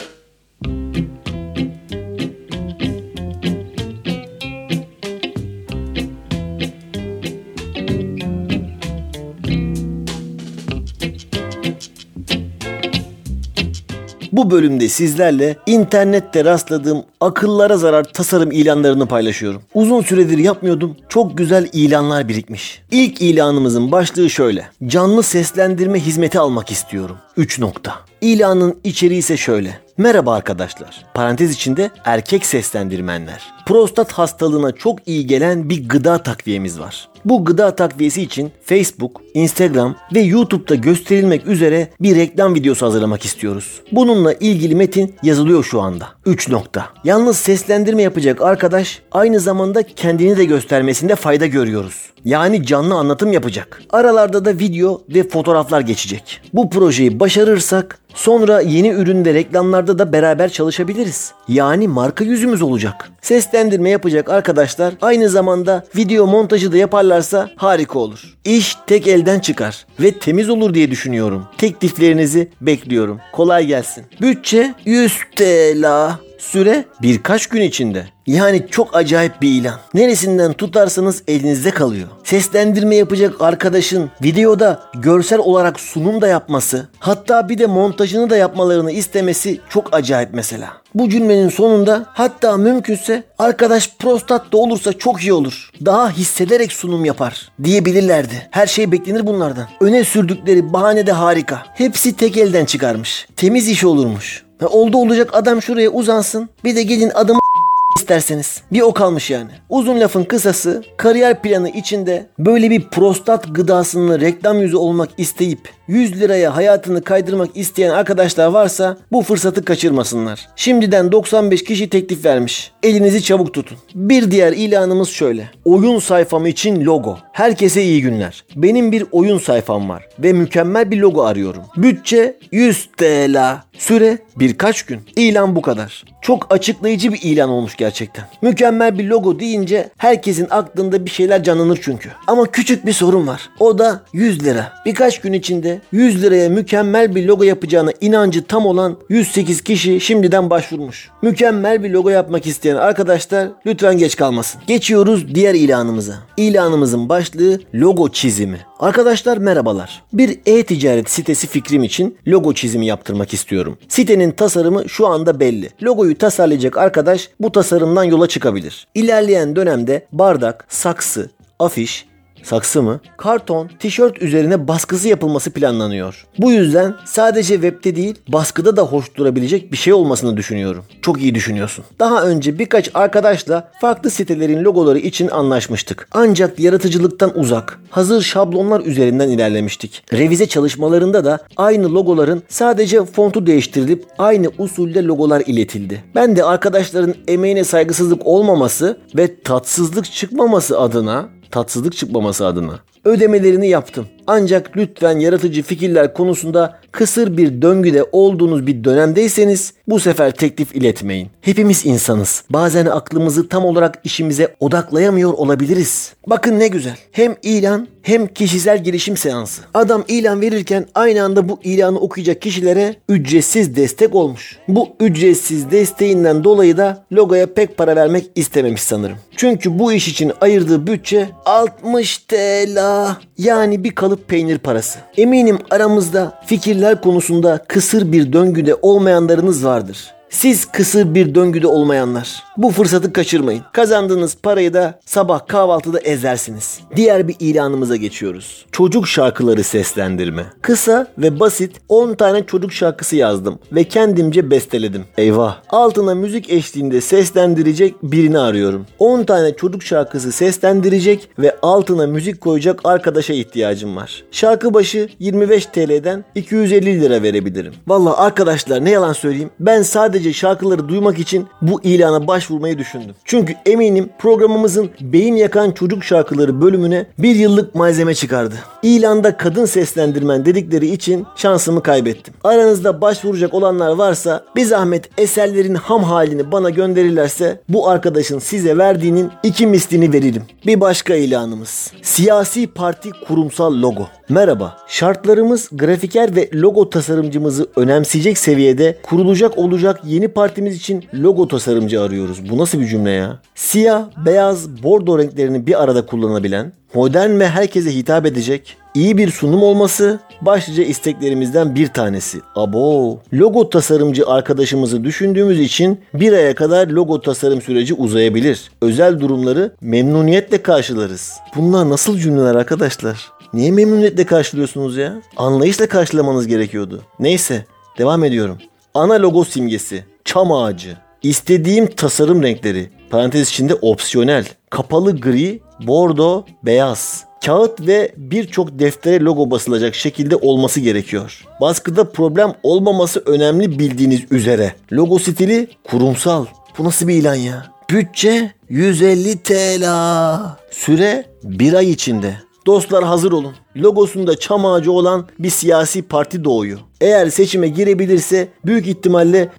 Bu bölümde sizlerle internette rastladığım akıllara zarar tasarım ilanlarını paylaşıyorum. Uzun süredir yapmıyordum. Çok güzel ilanlar birikmiş. İlk ilanımızın başlığı şöyle. Canlı seslendirme hizmeti almak istiyorum. 3 nokta. İlanın içeriği ise şöyle. Merhaba arkadaşlar. Parantez içinde erkek seslendirmenler. Prostat hastalığına çok iyi gelen bir gıda takviyemiz var. Bu gıda takviyesi için Facebook, Instagram ve YouTube'da gösterilmek üzere bir reklam videosu hazırlamak istiyoruz. Bununla ilgili metin yazılıyor şu anda. 3 nokta. Yalnız seslendirme yapacak arkadaş aynı zamanda kendini de göstermesinde fayda görüyoruz. Yani canlı anlatım yapacak. Aralarda da video ve fotoğraflar geçecek. Bu projeyi başarırsak sonra yeni ürün ve reklamlarda da beraber çalışabiliriz. Yani marka yüzümüz olacak. Seslendirme yapacak arkadaşlar aynı zamanda video montajı da yaparlarsa harika olur. İş tek elden çıkar ve temiz olur diye düşünüyorum. Tekliflerinizi bekliyorum. Kolay gelsin. Bütçe 100 TL. Süre birkaç gün içinde. Yani çok acayip bir ilan. Neresinden tutarsanız elinizde kalıyor. Seslendirme yapacak arkadaşın videoda görsel olarak sunum da yapması, hatta bir de montajını da yapmalarını istemesi çok acayip mesela. Bu cümlenin sonunda hatta mümkünse arkadaş prostat da olursa çok iyi olur. Daha hissederek sunum yapar diyebilirlerdi. Her şey beklenir bunlardan. Öne sürdükleri bahane de harika. Hepsi tek elden çıkarmış. Temiz iş olurmuş. Oldu olacak adam şuraya uzansın. Bir de gelin adamı isterseniz. Bir o kalmış yani. Uzun lafın kısası kariyer planı içinde böyle bir prostat gıdasının reklam yüzü olmak isteyip 100 liraya hayatını kaydırmak isteyen arkadaşlar varsa bu fırsatı kaçırmasınlar. Şimdiden 95 kişi teklif vermiş. Elinizi çabuk tutun. Bir diğer ilanımız şöyle. Oyun sayfam için logo. Herkese iyi günler. Benim bir oyun sayfam var ve mükemmel bir logo arıyorum. Bütçe 100 TL. Süre birkaç gün. İlan bu kadar. Çok açıklayıcı bir ilan olmuş gerçekten. Mükemmel bir logo deyince herkesin aklında bir şeyler canlanır çünkü. Ama küçük bir sorun var. O da 100 lira. Birkaç gün içinde 100 liraya mükemmel bir logo yapacağına inancı tam olan 108 kişi şimdiden başvurmuş. Mükemmel bir logo yapmak isteyen arkadaşlar lütfen geç kalmasın. Geçiyoruz diğer ilanımıza. İlanımızın başlığı logo çizimi. Arkadaşlar merhabalar. Bir e-ticaret sitesi fikrim için logo çizimi yaptırmak istiyorum. Sitenin tasarımı şu anda belli. Logoyu tasarlayacak arkadaş bu tasarımdan yola çıkabilir. İlerleyen dönemde bardak, saksı, afiş, saksı mı? Karton, tişört üzerine baskısı yapılması planlanıyor. Bu yüzden sadece webde değil, baskıda da hoş durabilecek bir şey olmasını düşünüyorum. Çok iyi düşünüyorsun. Daha önce birkaç arkadaşla farklı sitelerin logoları için anlaşmıştık. Ancak yaratıcılıktan uzak, hazır şablonlar üzerinden ilerlemiştik. Revize çalışmalarında da aynı logoların sadece fontu değiştirilip aynı usulde logolar iletildi. Ben de arkadaşların emeğine saygısızlık olmaması ve tatsızlık çıkmaması adına Ödemelerini yaptım. Ancak lütfen yaratıcı fikirler konusunda kısır bir döngüde olduğunuz bir dönemdeyseniz bu sefer teklif iletmeyin. Hepimiz insanız. Bazen aklımızı tam olarak işimize odaklayamıyor olabiliriz. Bakın ne güzel. Hem ilan hem kişisel gelişim seansı. Adam ilan verirken aynı anda bu ilanı okuyacak kişilere ücretsiz destek olmuş. Bu ücretsiz desteğinden dolayı da logoya pek para vermek istememiş sanırım. Çünkü bu iş için ayırdığı bütçe 60 TL. Yani bir kalıp peynir parası. Eminim aramızda fikirler konusunda kısır bir döngüde olmayanlarınız vardır. Siz kısır bir döngüde olmayanlar, bu fırsatı kaçırmayın. Kazandığınız parayı da sabah kahvaltıda ezersiniz. Diğer bir ilanımıza geçiyoruz. Çocuk şarkıları seslendirme. Kısa ve basit 10 tane çocuk şarkısı yazdım ve kendimce besteledim. Eyvah! Altına müzik eşliğinde seslendirecek birini arıyorum. 10 tane çocuk şarkısı seslendirecek ve altına müzik koyacak arkadaşa ihtiyacım var. Şarkı başı 25 TL'den 250 lira verebilirim. Vallahi arkadaşlar, ne yalan söyleyeyim, ben sadece şarkıları duymak için bu ilana başvurmayı düşündüm. Çünkü eminim programımızın beyin yakan çocuk şarkıları bölümüne bir yıllık malzeme çıkardı. İlanda kadın seslendirmen dedikleri için şansımı kaybettim. Aranızda başvuracak olanlar varsa bir zahmet eserlerin ham halini bana gönderirlerse bu arkadaşın size verdiğinin 2 mislini veririm. Bir başka ilanımız. Siyasi parti kurumsal logo. Merhaba. Şartlarımız grafiker ve logo tasarımcımızı önemseyecek seviyede kurulacak olacak yeni partimiz için logo tasarımcı arıyoruz. Bu nasıl bir cümle ya? Siyah, beyaz, bordo renklerini bir arada kullanabilen, modern ve herkese hitap edecek, iyi bir sunum olması başlıca isteklerimizden bir tanesi. Abo! Logo tasarımcı arkadaşımızı düşündüğümüz için bir aya kadar logo tasarım süreci uzayabilir. Özel durumları memnuniyetle karşılarız. Bunlar nasıl cümleler arkadaşlar? Niye memnuniyetle karşılıyorsunuz ya? Anlayışla karşılamanız gerekiyordu. Neyse, devam ediyorum. Ana logo simgesi, çam ağacı, istediğim tasarım renkleri, parantez içinde opsiyonel, kapalı gri, bordo, beyaz, kağıt ve birçok deftere logo basılacak şekilde olması gerekiyor. Baskıda problem olmaması önemli bildiğiniz üzere. Logo stili kurumsal. Bu nasıl bir ilan ya? Bütçe 150 TL. Süre 1 ay içinde. Dostlar hazır olun. Logosunda çam ağacı olan bir siyasi parti doğuyor. Eğer seçime girebilirse büyük ihtimalle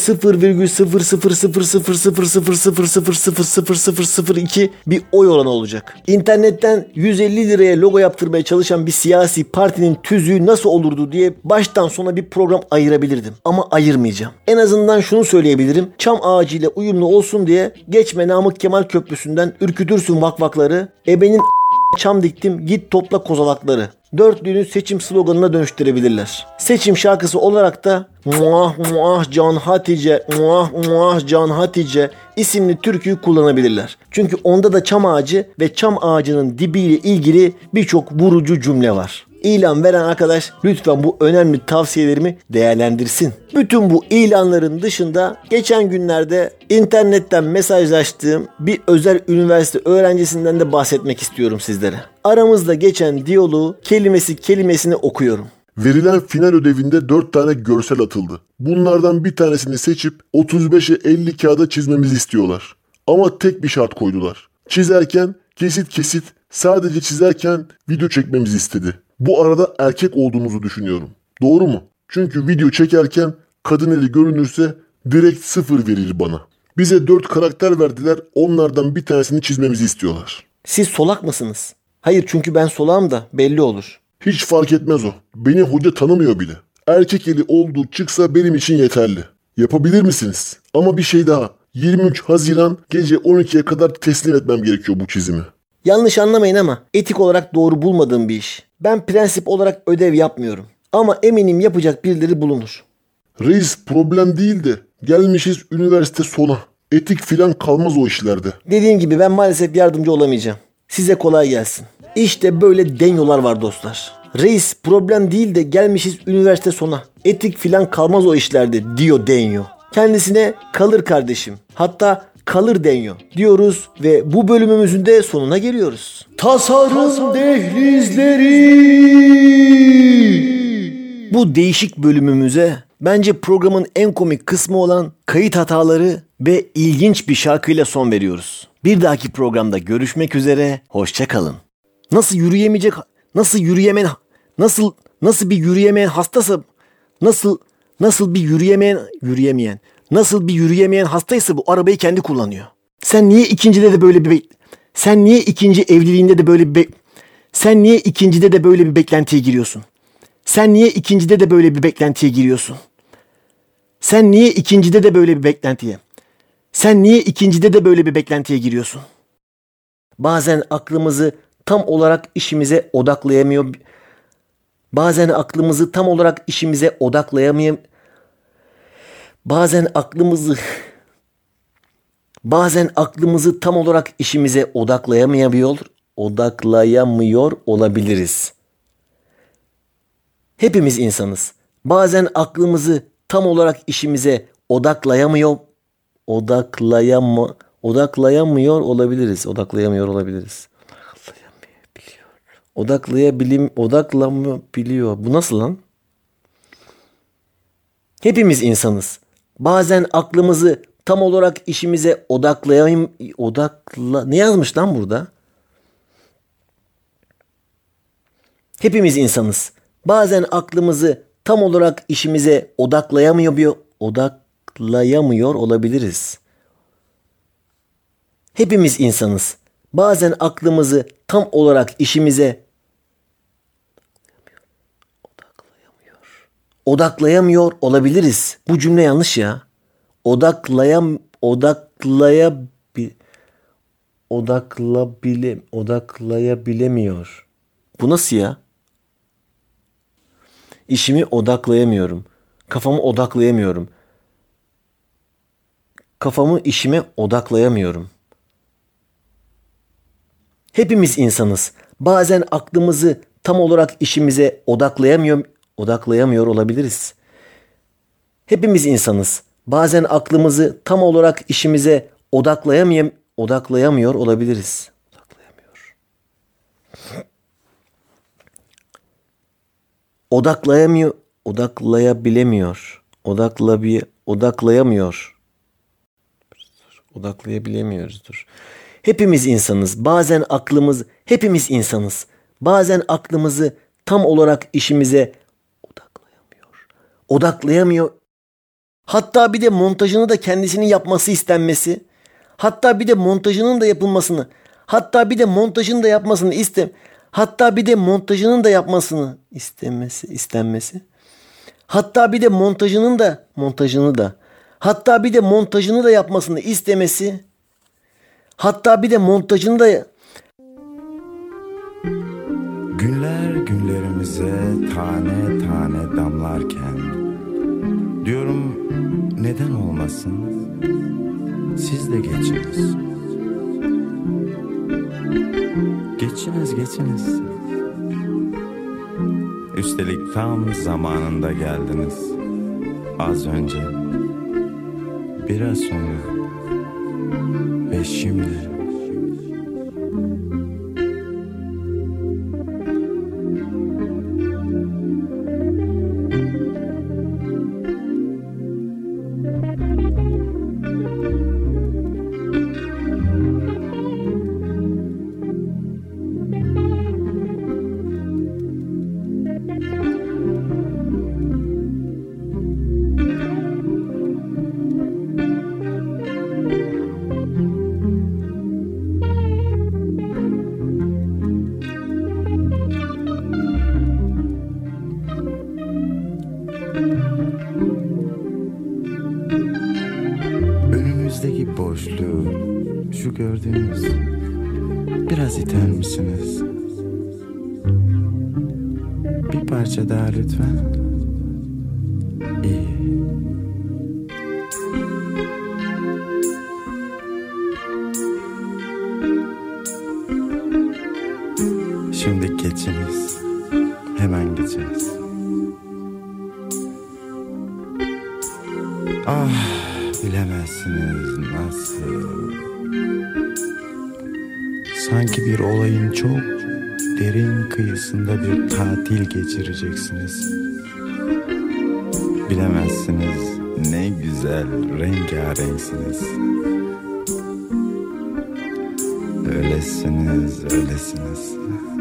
%0,0000000000002 bir oy oranı olacak. İnternetten 150 liraya logo yaptırmaya çalışan bir siyasi partinin tüzüğü nasıl olurdu diye baştan sona bir program ayırabilirdim. Ama ayırmayacağım. En azından şunu söyleyebilirim. Çam ağacıyla uyumlu olsun diye geçme Namık Kemal Köprüsü'nden ürkütürsün vakvakları. Ebenin çam diktim git topla kozalakları. Dörtlüğünü seçim sloganına dönüştürebilirler. Seçim şarkısı olarak da Muah Muah Can Hatice Muah Muah Can Hatice isimli türküyü kullanabilirler. Çünkü onda da çam ağacı ve çam ağacının dibiyle ilgili birçok vurucu cümle var. İlan veren arkadaş lütfen bu önemli tavsiyelerimi değerlendirsin. Bütün bu ilanların dışında geçen günlerde internetten mesajlaştığım bir özel üniversite öğrencisinden de bahsetmek istiyorum sizlere. Aramızda geçen diyaloğu kelimesi kelimesine okuyorum. Verilen final ödevinde 4 tane görsel atıldı. Bunlardan bir tanesini seçip 35'e 50 kağıda çizmemizi istiyorlar. Ama tek bir şart koydular. Çizerken kesit sadece çizerken video çekmemizi istedi. Bu arada erkek olduğumuzu düşünüyorum. Doğru mu? Çünkü video çekerken kadın eli görünürse direkt 0 verir bana. Bize 4 karakter verdiler, onlardan bir tanesini çizmemizi istiyorlar. Siz solak mısınız? Hayır, çünkü ben solağım da belli olur. Hiç fark etmez o. Beni hoca tanımıyor bile. Erkek eli olduğu çıksa benim için yeterli. Yapabilir misiniz? Ama bir şey daha. 23 Haziran gece 12'ye kadar teslim etmem gerekiyor bu çizimi. Yanlış anlamayın ama etik olarak doğru bulmadığım bir iş. Ben prensip olarak ödev yapmıyorum. Ama eminim yapacak birileri bulunur. Reis, problem değil de gelmişiz üniversite sona. Etik filan kalmaz o işlerde. Dediğim gibi ben maalesef yardımcı olamayacağım. Size kolay gelsin. İşte böyle denyolar var dostlar. Reis, problem değil de gelmişiz üniversite sona. Etik filan kalmaz o işlerde diyor denyo. Kendisine kalır kardeşim. Hatta kalır denyo diyoruz ve bu bölümümüzün de sonuna geliyoruz. Tasarım dehlizleri. Bu değişik bölümümüze bence programın en komik kısmı olan kayıt hataları ve ilginç bir şarkıyla son veriyoruz. Bir dahaki programda görüşmek üzere, hoşça kalın. Nasıl bir yürüyemeyen hastaysa nasıl bir yürüyemeyen hastaysa bu arabayı kendi kullanıyor. Sen niye ikinci evliliğinde de böyle bir sen niye ikincide de böyle bir beklentiye giriyorsun? Sen niye ikincide de böyle bir beklentiye giriyorsun? Sen niye ikincide de böyle bir beklentiye giriyorsun? Bazen aklımızı tam olarak işimize odaklayamıyor. Bazen aklımızı tam olarak işimize odaklayamıyor. Bazen aklımızı tam olarak işimize odaklayamıyor olabiliriz. Hepimiz insanız. Bazen aklımızı tam olarak işimize odaklayamıyor olabiliriz. Odaklanabiliyor. Bu nasıl lan? Hepimiz insanız. Bazen aklımızı tam olarak işimize ne yazmış lan burada? Hepimiz insanız. Bazen aklımızı tam olarak işimize odaklayamıyor olabiliriz. Hepimiz insanız. Bazen aklımızı tam olarak işimize odaklayamıyor olabiliriz. Bu cümle yanlış ya. Odaklayabilemiyor. Bu nasıl ya? İşimi odaklayamıyorum. Kafamı odaklayamıyorum. Kafamı işime odaklayamıyorum. Hepimiz insanız. Bazen aklımızı tam olarak işimize odaklayamıyor olabiliriz. Hepimiz insanız. Bazen aklımızı tam olarak işimize odaklayamıyor olabiliriz. Odaklayabiliyoruzdur. Hepimiz insanız. Bazen aklımızı tam olarak işimize odaklayamıyor. Hatta bir de montajını da kendisinin yapması istenmesi. Hatta bir de montajının da yapmasını istenmesi. Hatta bir de montajının da yapmasını istemesi. Günler günlerimize tane tane damlarken diyorum neden olmasın? Siz de geçiniz. Geçiniz. Üstelik tam zamanında geldiniz. Az önce, biraz sonra ve şimdi. Önünüzdeki boşluğu, şu gördüğünüz, biraz iter misiniz? Bir parça daha lütfen. İyi. Şimdi geçiniz. Hemen geçiniz. Ah, bilemezsiniz nasıl. Sanki bir olayın çok derin kıyısında bir tatil geçireceksiniz. Bilemezsiniz ne güzel rengarenksiniz. öylesiniz, öylesiniz.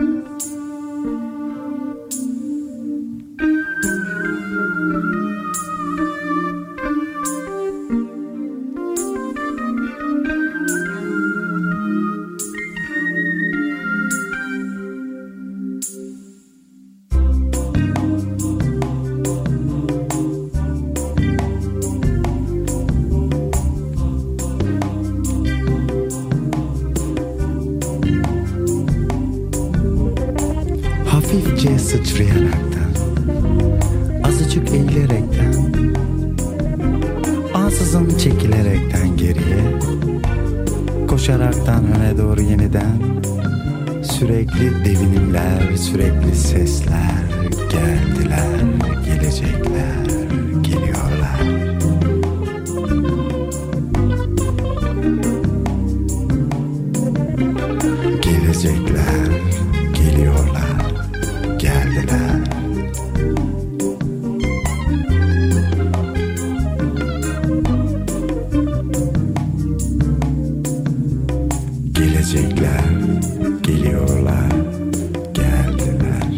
Hafifçe sıçrayaraktan, azıcık eğilerekten, ansızın çekilerekten geriye, koşaraktan öne doğru yeniden, sürekli devinimler, sürekli sesler, geldiler, gelecekler, geliyorlar. Gelecekler, geliyorlar, geldiler. Gelecekler, geliyorlar, geldiler.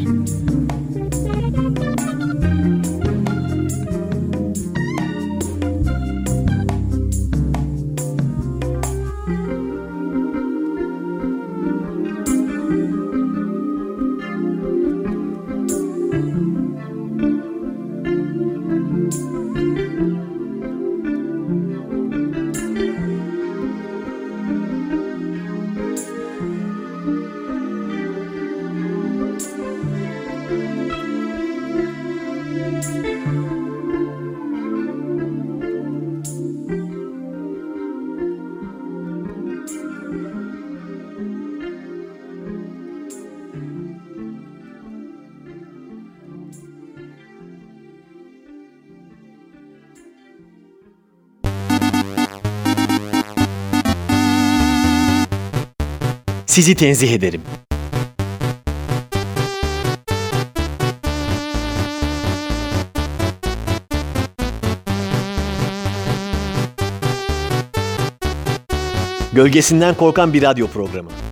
Sizi tenzih ederim. Gölgesinden korkan bir radyo programı.